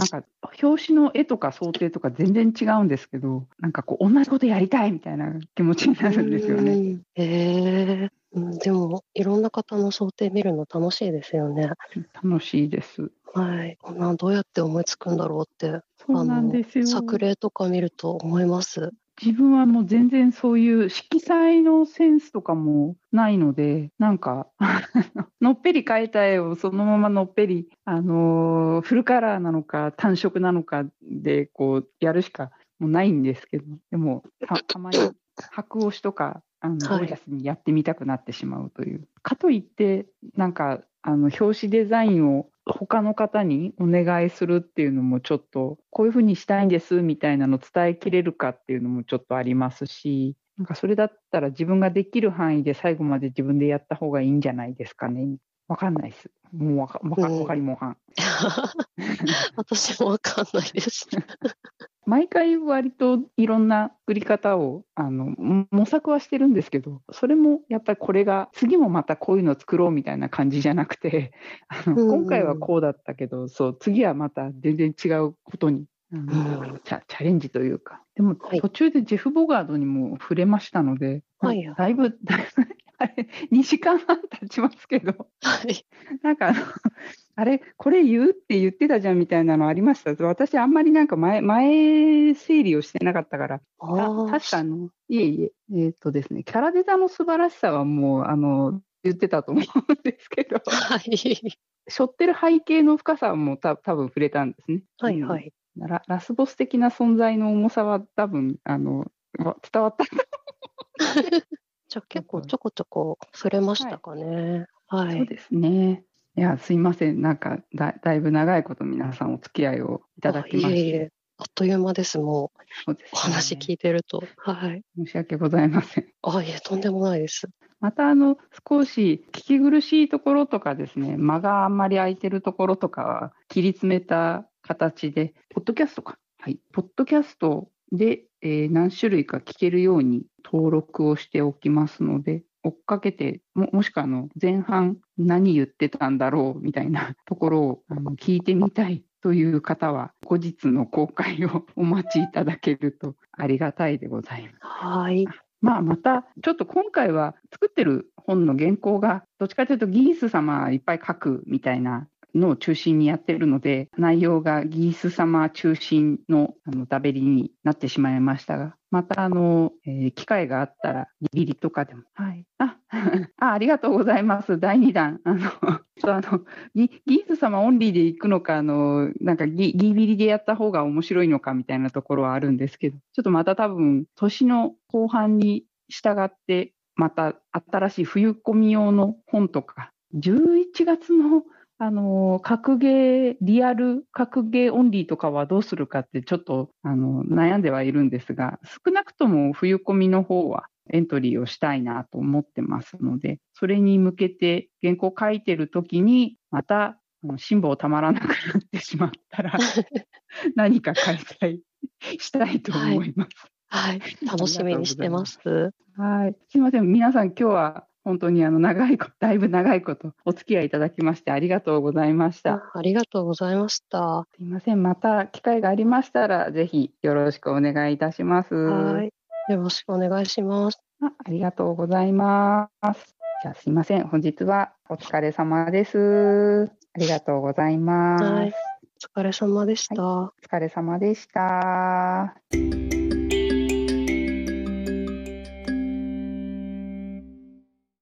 なんか表紙の絵とか想定とか全然違うんですけど、なんかこう同じことやりたいみたいな気持ちになるんですよね。 へえー、うん、でもいろんな方の想定見るの楽しいですよね。 楽しいです。 はい、こんなんどうやって思いつくんだろうって、 そうなんですよ。 作例とか見ると思います。 自分はもう全然そういう色彩のセンスとかもないので、なんかのっぺり描いた絵をそのままのっぺり、あのーフルカラーなのか単色なのかでこうやるしかもうないんですけど、でも た, たまに白押しとかあのゴージャスにやってみたくなってしまうという。はい、かといってなんかあの表紙デザインを他の方にお願いするっていうのもちょっとこういうふうにしたいんですみたいなの伝えきれるかっていうのもちょっとありますし、なんかそれだったら自分ができる範囲で最後まで自分でやった方がいいんじゃないですかね。わかんないです。もうわかわか、わかりもはん。 私もわかんないです。 毎回割といろんな作り方をあの模索はしてるんですけど、それもやっぱりこれが次もまたこういうのを作ろうみたいな感じじゃなくて、あの今回はこうだったけど、そう次はまた全然違うことにあのチャ、チャレンジというか、でも途中でジェフ・ボガードにも触れましたので、はい、だいぶだいぶあれにじかんはん経ちますけど、はい、なんかあのあれこれ言うって言ってたじゃんみたいなのありました。私あんまりなんか前前整理をしてなかったから、あ確かあのいえいええー、っとですねキャラデザの素晴らしさはもうあの言ってたと思うんですけど、はい、背負ってる背景の深さはもうた多分触れたんですね。はいはい。うん、ラ, ラスボス的な存在の重さは多分あの伝わった。 じゃあ結構ちょこちょこ触れましたかね。はい。はい、 そうですね。いや、すいません。なんかだ、だいぶ長いこと皆さんお付き合いをいただきまして。 いえいえ、あっという間です、もう。そうですね、お話聞いてると。はい。 申し訳ございません。 あ、いえ、とんでもないです。 また、あの、少し聞き苦しいところとかですね、間があんまり空いてるところとかは、切り詰めた形で、ポッドキャストか。はい。ポッドキャストで、えー、何種類か聞けるように登録をしておきますので、追っかけて も, もしくはあの前半何言ってたんだろうみたいなところをあの聞いてみたいという方は後日の公開をお待ちいただけるとありがたいでございます。 はい。 まあ、またちょっと今回は作ってる本の原稿がどっちかというとギース様いっぱい書くみたいなのを中心にやってるので、内容がギース様中心のあのダベリになってしまいましたが、またあの、えー、機会があったらギリとかでも、はい、ああありがとうございます。だいにだんあのあの ギ, ギース様オンリーで行くのか、あのなんか ギ, ギビリでやった方が面白いのかみたいなところはあるんですけど、ちょっとまた多分年の後半に従ってまた新しい冬込み用の本とかじゅういちがつのあの格ゲーリアル格ゲーオンリーとかはどうするかってちょっとあの悩んではいるんですが、少なくとも冬込みの方はエントリーをしたいなと思ってますので、それに向けて原稿書いてるときにまた辛抱たまらなくなってしまったら何か開催したいと思います。 はい、はい、楽しみにしてます。 はい、すみません。皆さん今日は本当にあの長いこと、だいぶ長いことお付き合いいただきましてありがとうございました。 あ、ありがとうございました。 すみません。また機会がありましたらぜひよろしくお願いいたします。 はい、よろしくお願いします。 あ、ありがとうございます。じゃあすみません。本日はお疲れ様です。ありがとうございます。はい、 お疲れ様でした。 はい、お疲れ様でした。